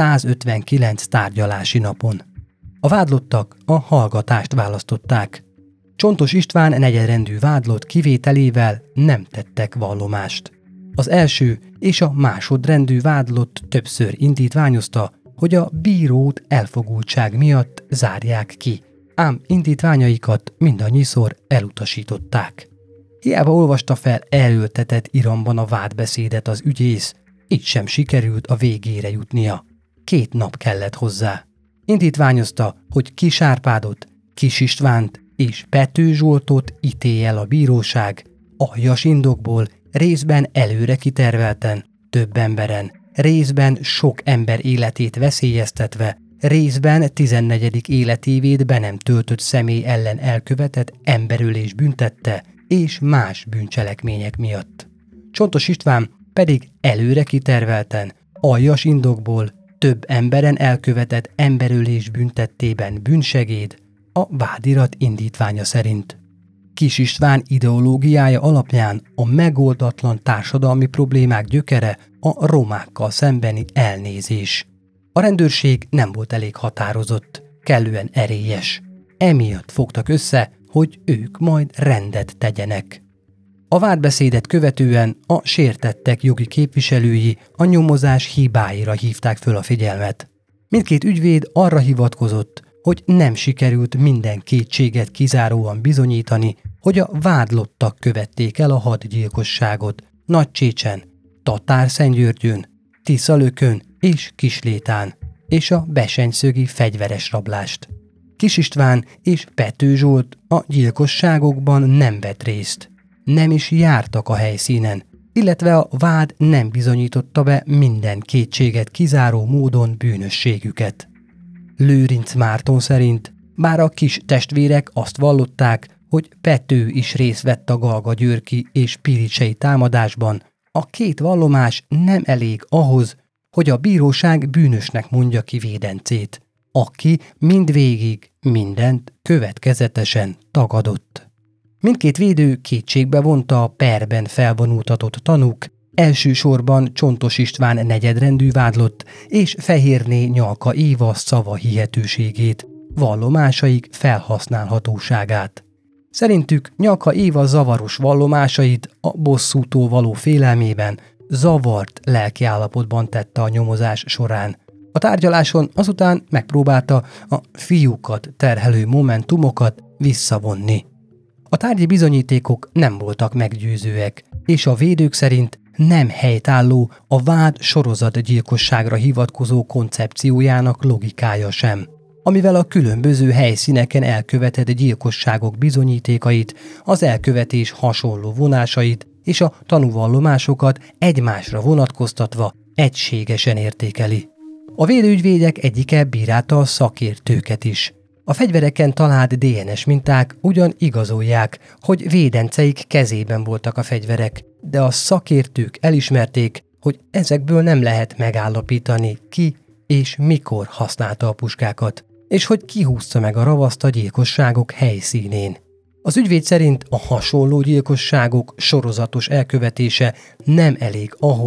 Speaker 4: 159 tárgyalási napon. A vádlottak a hallgatást választották. Csontos István negyedrendű vádlott kivételével nem tettek vallomást. Az első és a másodrendű vádlott többször indítványozta, hogy a bírót elfogultság miatt zárják ki, ám indítványaikat mindannyiszor elutasították. Hiába olvasta fel erőltetett iramban a vádbeszédet az ügyész, így sem sikerült a végére jutnia. 2 nap kellett hozzá. Indítványozta, hogy Kis Árpádot, Kis Istvánt és Pető Zsoltot ítélje el a bíróság, aljas indokból, részben előre kitervelten, több emberen, részben sok ember életét veszélyeztetve, részben 14. életévét be nem töltött személy ellen elkövetett emberölés büntette, és más bűncselekmények miatt. Csontos István pedig előre kitervelten, aljas indokból, több emberen elkövetett emberölés büntettében bűnsegéd a vádirat indítványa szerint. Kis István ideológiája alapján a megoldatlan társadalmi problémák gyökere a romákkal szembeni elnézés. A rendőrség nem volt elég határozott, kellően erélyes. Emiatt fogtak össze, hogy ők majd rendet tegyenek. A vádbeszédet követően a sértettek jogi képviselői a nyomozás hibáira hívták föl a figyelmet. Mindkét ügyvéd arra hivatkozott, hogy nem sikerült minden kétséget kizáróan bizonyítani, hogy a vádlottak követték el a hadgyilkosságot Nagycsécsen, Tatárszentgyörgyön, Tiszalökön és Kislétán, és a besenyszögi fegyveres rablást. Kis István és Pető Zsolt a gyilkosságokban nem vett részt, nem is jártak a helyszínen, illetve a vád nem bizonyította be minden kétséget kizáró módon bűnösségüket. Lőrinc Márton szerint, bár a kis testvérek azt vallották, hogy Pető is részt vett a Galga-Györgyi és Piricsei támadásban, a 2 vallomás nem elég ahhoz, hogy a bíróság bűnösnek mondja ki védencét, aki mindvégig mindent következetesen tagadott. Mindkét védő kétségbe vonta a perben felvonultatott tanúk, elsősorban Csontos István negyedrendű vádlott és Fehérné Nyalka Éva szava hihetőségét, vallomásaik felhasználhatóságát. Szerintük Nyalka Éva zavaros vallomásait a bosszútól való félelmében zavart lelkiállapotban tette a nyomozás során. A tárgyaláson azután megpróbálta a fiúkat terhelő momentumokat visszavonni. A tárgyi bizonyítékok nem voltak meggyőzőek, és a védők szerint nem helytálló a vád sorozatgyilkosságra hivatkozó koncepciójának logikája sem, amivel a különböző helyszíneken elkövetett gyilkosságok bizonyítékait, az elkövetés hasonló vonásait és a tanúvallomásokat egymásra vonatkoztatva egységesen értékeli. A védőügyvédek egyike bírálta a szakértőket is. A fegyvereken talált DNS minták ugyan igazolják, hogy védenceik kezében voltak a fegyverek, de a szakértők elismerték, hogy ezekből nem lehet megállapítani, ki és mikor használta a puskákat, és hogy ki húzta meg a ravaszt a gyilkosságok helyszínén. Az ügyvéd szerint a hasonló gyilkosságok sorozatos elkövetése nem elég ahhoz,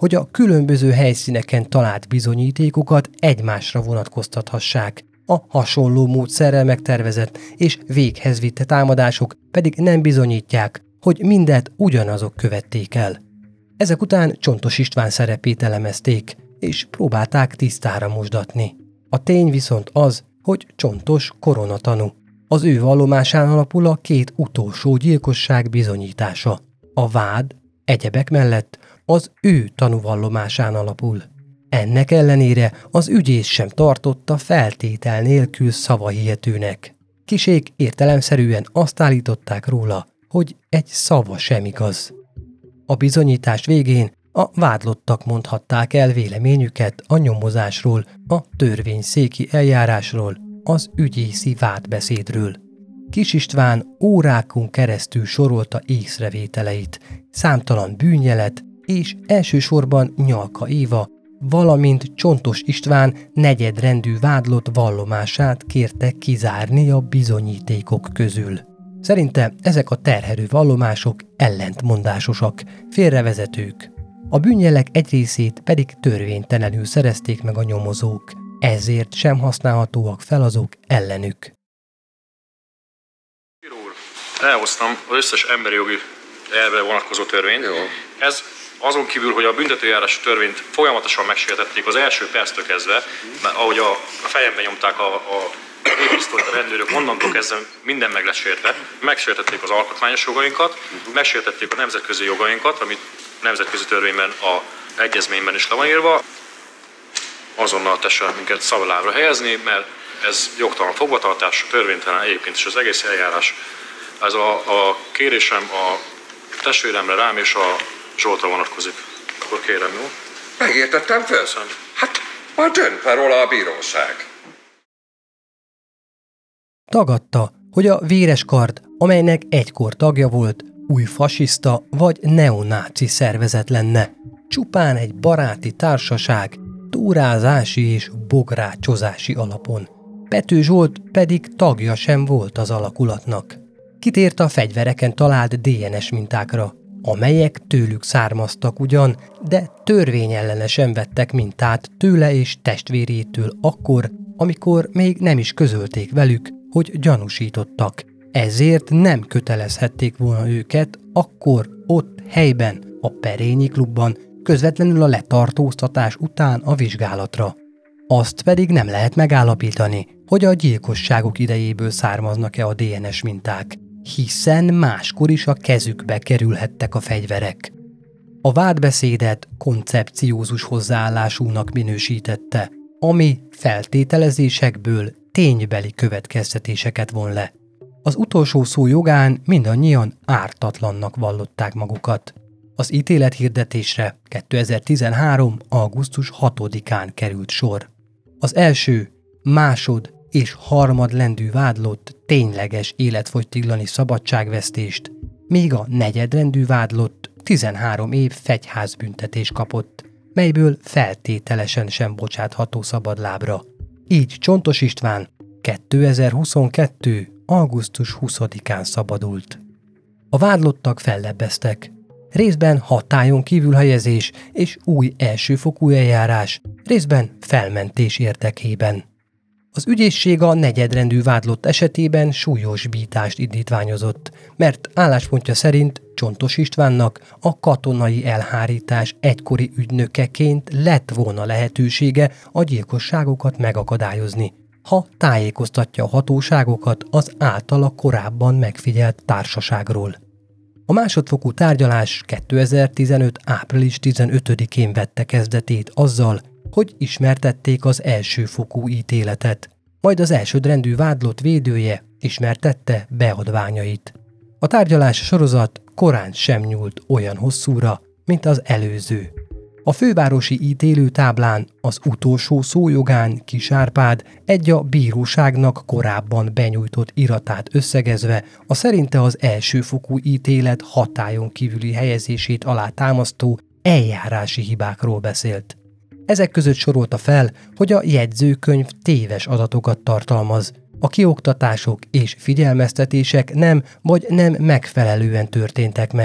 Speaker 4: hogy a különböző helyszíneken talált bizonyítékokat egymásra vonatkoztathassák. A hasonló módszerrel megtervezett és véghez vitte támadások pedig nem bizonyítják, hogy mindet ugyanazok követték el. Ezek után Csontos István szerepét elemezték, és próbálták tisztára mosdatni. A tény viszont az, hogy Csontos koronatanú. Az ő vallomásán alapul a két utolsó gyilkosság bizonyítása. A vád egyebek mellett az ő tanúvallomásán alapul. Ennek ellenére az ügyész sem tartotta feltétel nélkül szavahihetőnek. Kisék értelemszerűen azt állították róla, hogy egy szava sem igaz. A bizonyítás végén a vádlottak mondhatták el véleményüket a nyomozásról, a törvényszéki eljárásról, az ügyészi vádbeszédről. Kis István órákon keresztül sorolta észrevételeit, számtalan bűnjelet és elsősorban Nyalka Éva, valamint Csontos István negyedrendű vádlott vallomását kérte kizárni a bizonyítékok közül. Szerinte ezek a terhelő vallomások ellentmondásosak, félrevezetők. A bűnjelek egy részét pedig törvénytelenül szerezték meg a nyomozók, ezért sem használhatóak fel azok ellenük.
Speaker 7: Elhoztam az összes emberi jogi elvre vonatkozó törvényt.
Speaker 8: Jó.
Speaker 7: Ez azon kívül, hogy a büntetőjárási törvényt folyamatosan megsértették az első perctől kezdve, mert ahogy a fejembe nyomták a pisztolyt a rendőrök, onnantól kezdve minden meg lett sértve. Megsértették az alkotmányos jogainkat, megsértették a nemzetközi jogainkat, amit nemzetközi törvényben, a egyezményben is le van írva. Azonnal tessenek minket szabadlábra helyezni, mert ez jogtalan fogvatartás, törvénytelen egyébként is az egész eljárás. Ez a kérésem a testvéremre, rám és a Zsoltra vonatkozik. Akkor kérem, jó?
Speaker 8: Megértettem föl? Hát, majd dönt már róla a bíróság.
Speaker 4: Tagadta, hogy a Véres Kard, amelynek egykor tagja volt, új fasiszta vagy neonáci szervezet lenne. Csupán egy baráti társaság, túrázási és bográcsozási alapon. Pető Zsolt pedig tagja sem volt az alakulatnak. Kitért a fegyvereken talált DNS mintákra, amelyek tőlük származtak ugyan, de törvényellenesen vettek mintát tőle és testvérétől akkor, amikor még nem is közölték velük, hogy gyanúsítottak. Ezért nem kötelezhették volna őket akkor ott helyben, a Perényi klubban, közvetlenül a letartóztatás után a vizsgálatra. Azt pedig nem lehet megállapítani, hogy a gyilkosságok idejéből származnak-e a DNS minták, hiszen máskor is a kezükbe kerülhettek a fegyverek. A vádbeszédet koncepciózus hozzáállásúnak minősítette, ami feltételezésekből ténybeli következtetéseket von le. Az utolsó szó jogán mindannyian ártatlannak vallották magukat. Az ítélethirdetésre 2013. augusztus 6-án került sor. Az első, másod és harmadrendű vádlott tényleges életfogytiglani szabadságvesztést, míg a negyedrendű vádlott 13 év fegyházbüntetés kapott, melyből feltételesen sem bocsátható szabadlábra. Így Csontos István 2022. augusztus 20-án szabadult. A vádlottak fellebbeztek. Részben hatályon kívül helyezés és új elsőfokú eljárás, részben felmentés érdekében. Az ügyészség a negyedrendű vádlott esetében súlyosbítást indítványozott, mert álláspontja szerint Csontos Istvánnak a katonai elhárítás egykori ügynökeként lett volna lehetősége a gyilkosságokat megakadályozni, ha tájékoztatja a hatóságokat az általa korábban megfigyelt társaságról. A másodfokú tárgyalás 2015. április 15-én vette kezdetét azzal, hogy ismertették az elsőfokú ítéletet, majd az elsődrendű vádlott védője ismertette beadványait. A tárgyalás sorozat korán sem nyúlt olyan hosszúra, mint az előző. A fővárosi ítélőtáblán az utolsó szójogán Kis Árpád egy a bíróságnak korábban benyújtott iratát összegezve a szerinte az elsőfokú ítélet hatályon kívüli helyezését alátámasztó eljárási hibákról beszélt. Ezek között sorolta fel, hogy a jegyzőkönyv téves adatokat tartalmaz, a kioktatások és figyelmeztetések nem vagy nem megfelelően történtek meg,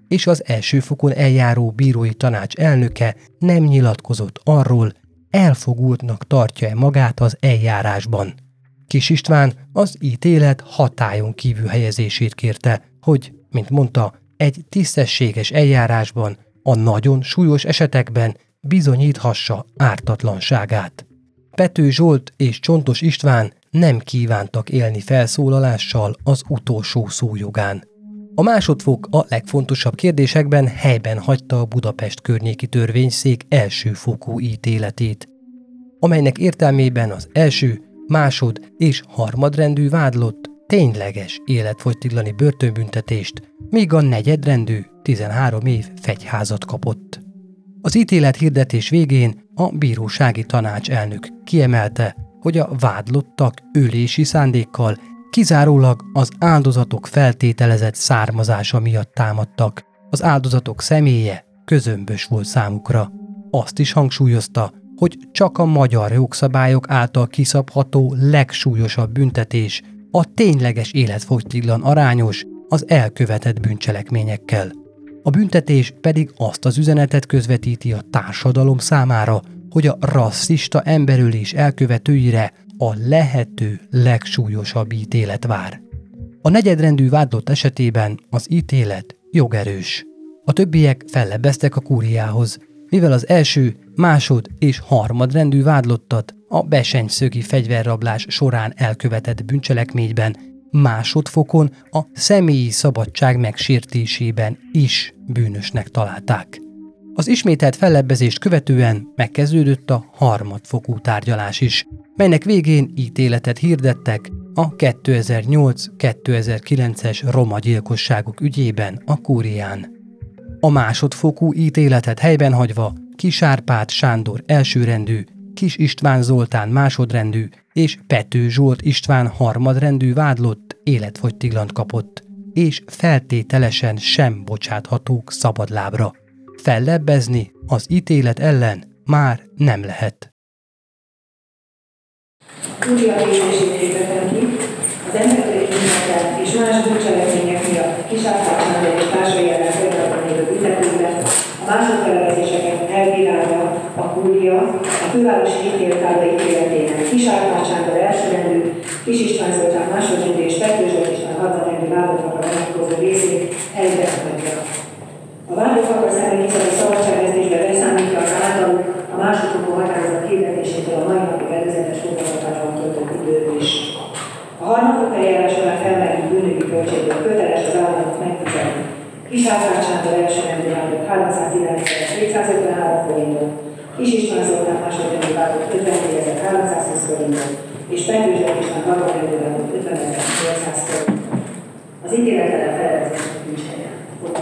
Speaker 4: és az első fokon eljáró bírói tanács elnöke nem nyilatkozott arról, elfogultnak tartja-e magát az eljárásban. Kis István az ítélet hatályon kívül helyezését kérte, hogy, mint mondta, egy tisztességes eljárásban a nagyon súlyos esetekben bizonyíthassa ártatlanságát. Pető Zsolt és Csontos István nem kívántak élni felszólalással az utolsó szójogán. A másodfok a legfontosabb kérdésekben helyben hagyta a Budapest környéki törvényszék elsőfokú ítéletét, amelynek értelmében az első, másod és harmadrendű vádlott tényleges életfogytiglani börtönbüntetést, míg a negyedrendű 13 év fegyházat kapott. Az ítélet hirdetés végén a bírósági tanácselnök kiemelte, hogy a vádlottak ölési szándékkal kizárólag az áldozatok feltételezett származása miatt támadtak. Az áldozatok személye közömbös volt számukra. Azt is hangsúlyozta, hogy csak a magyar jogszabályok által kiszabható legsúlyosabb büntetés a tényleges életfogytiglan arányos az elkövetett bűncselekményekkel. A büntetés pedig azt az üzenetet közvetíti a társadalom számára, hogy a rasszista emberölés elkövetőire a lehető legsúlyosabb ítélet vár. A negyedrendű vádlott esetében az ítélet jogerős. A többiek fellebbeztek a kúriához, mivel az első, másod és harmadrendű vádlottat a besenyszögi fegyverrablás során elkövetett bűncselekményben másodfokon a személyi szabadság megsértésében is bűnösnek találták. Az ismételt fellebbezést követően megkezdődött a harmadfokú tárgyalás is, melynek végén ítéletet hirdettek a 2008-2009-es roma gyilkosságok ügyében a kúrián. A másodfokú ítéletet helyben hagyva Kiss Árpád Sándor elsőrendű, Kiss István Zoltán másodrendű és Pető Zsolt István harmadrendű vádlott életfogytiglant kapott, és feltételesen sem bocsáthatók szabadlábra. Fellebbezni az ítélet ellen már nem lehet.
Speaker 10: Kúria részesítésében ki, az emberi bűnökkel és más bűncselekmények miatt Kiss Árpád Sándor és társai ellen folytatva lévő büntetőben a másodfelebezéseket elbírálja a kúria a fővárosi ítéltárba ítéletének Kiss Árpád Sándor elsőrendű, Kiss István Zoltán másodrendű és Pető Zsolt István harmadrendű vádlottokra vonatkozó részét helyben hagyja. A vádlottokra szembeni kiszabott szabadságvesztésbe beszámítja az általuk a másodfokú határozat hirdetésétől a mai napig előzetes foglalkozásban töltött időt is. A harmadfokú eljárás során felmerült bűnügyi költségből köteles az államot megfizetni. Kiss Árpád Sándor elsőrendű vádlott 319.753 forintot, Kiss István Zoltán másodrendű vádlott 54.320 forintot, és Pető Zsolt István harmadrendű vádlott 50.800 forintot. Az ítélet ellen felelősségnek bűncselekmény.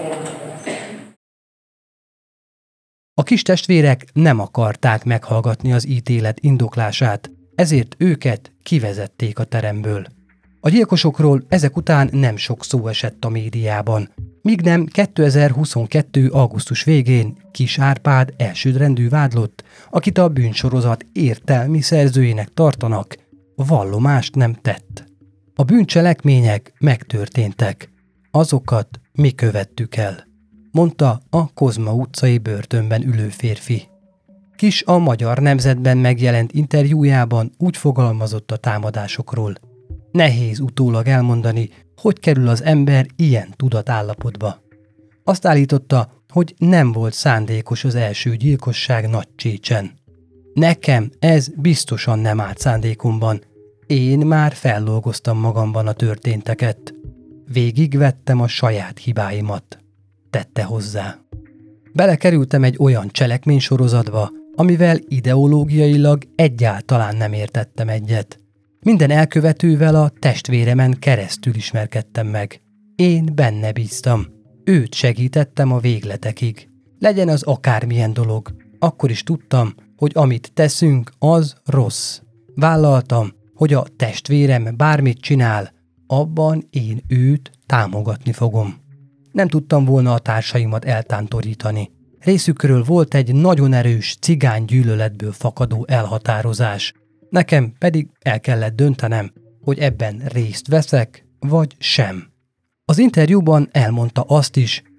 Speaker 4: A Kiss testvérek nem akarták meghallgatni az ítélet indoklását, ezért őket kivezették a teremből. A gyilkosokról ezek után nem sok szó esett a médiában, míg nem 2022. augusztus végén Kiss Árpád elsődrendű vádlott, akit a bűnsorozat értelmi szerzőjének tartanak, vallomást nem tett. A bűncselekmények megtörténtek, azokat mi követtük el, mondta a Kozma utcai börtönben ülő férfi. Kiss a Magyar Nemzetben megjelent interjújában úgy fogalmazott a támadásokról. Nehéz utólag elmondani, hogy kerül az ember ilyen tudatállapotba. Azt állította, hogy nem volt szándékos az első gyilkosság Nagycsécsen. Nekem ez biztosan nem állt szándékomban. Én már feldolgoztam magamban a történteket. Végigvettem a saját hibáimat, tette hozzá. Belekerültem egy olyan cselekménysorozatba, amivel ideológiailag egyáltalán nem értettem egyet. Minden elkövetővel a testvéremen keresztül ismerkedtem meg. Én benne bíztam. Őt segítettem a végletekig. Legyen az akármilyen dolog. Akkor is tudtam, hogy amit teszünk, az rossz. Vállaltam, hogy a testvérem bármit csinál, abban én őt támogatni fogom. Nem tudtam volna a társaimat eltántorítani. Részükről volt egy nagyon erős cigány gyűlöletből fakadó elhatározás. Nekem pedig el kellett döntenem, hogy ebben részt veszek, vagy sem. Az interjúban elmondta azt is,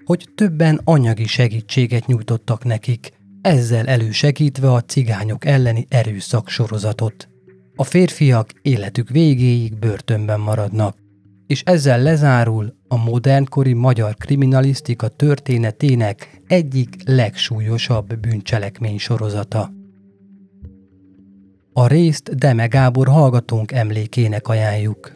Speaker 4: hogy többen anyagi segítséget nyújtottak nekik, ezzel elősegítve a cigányok elleni erőszak sorozatot. A férfiak életük végéig börtönben maradnak, és ezzel lezárul a modernkori magyar kriminalisztika történetének egyik legsúlyosabb bűncselekmény sorozata. A részt Deme Gábor hallgatónk emlékének ajánljuk.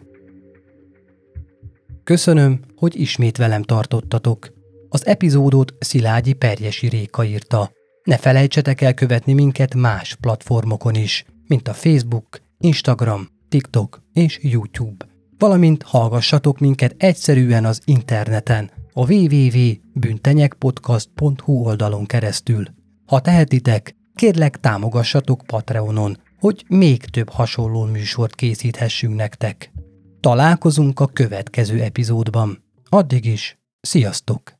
Speaker 4: Köszönöm, hogy ismét velem tartottatok. Az epizódot Szilágyi Perjesi Réka írta. Ne felejtsetek el követni minket más platformokon is, mint a Facebook, Instagram, TikTok és YouTube. Valamint hallgassatok minket egyszerűen az interneten, a www.büntenyekpodcast.hu oldalon keresztül. Ha tehetitek, kérlek támogassatok Patreonon, hogy még több hasonló műsort készíthessünk nektek. Találkozunk a következő epizódban. Addig is, sziasztok!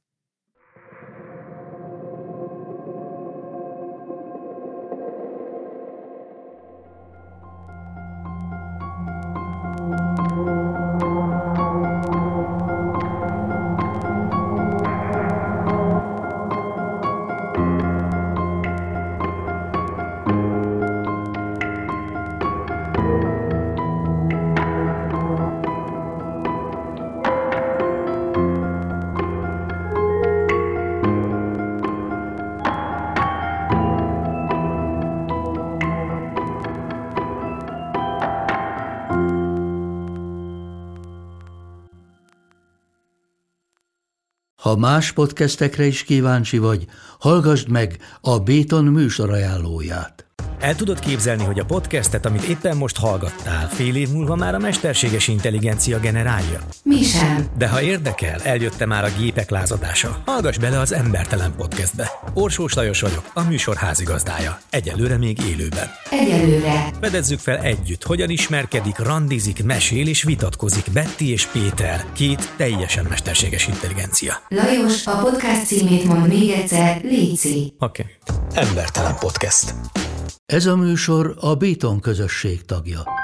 Speaker 1: Ha más podcastekre is kíváncsi vagy, hallgassd meg a Béton műsor ajánlóját.
Speaker 11: El tudod képzelni, hogy a podcastet, amit éppen most hallgattál, fél év múlva már a mesterséges intelligencia generálja?
Speaker 2: Mi sem.
Speaker 11: De ha érdekel, eljött már a gépek lázadása. Hallgass bele az Embertelen Podcastbe. Orsós Lajos vagyok, a műsor házigazdája. Egyelőre még élőben.
Speaker 2: Egyelőre.
Speaker 11: Fedezzük fel együtt, hogyan ismerkedik, randizik, mesél és vitatkozik Betty és Péter, két teljesen mesterséges intelligencia.
Speaker 2: Lajos, a podcast címét mond még egyszer, léci.
Speaker 11: Oké. Embertelen Podcast.
Speaker 1: Ez a műsor a Béton közösség tagja.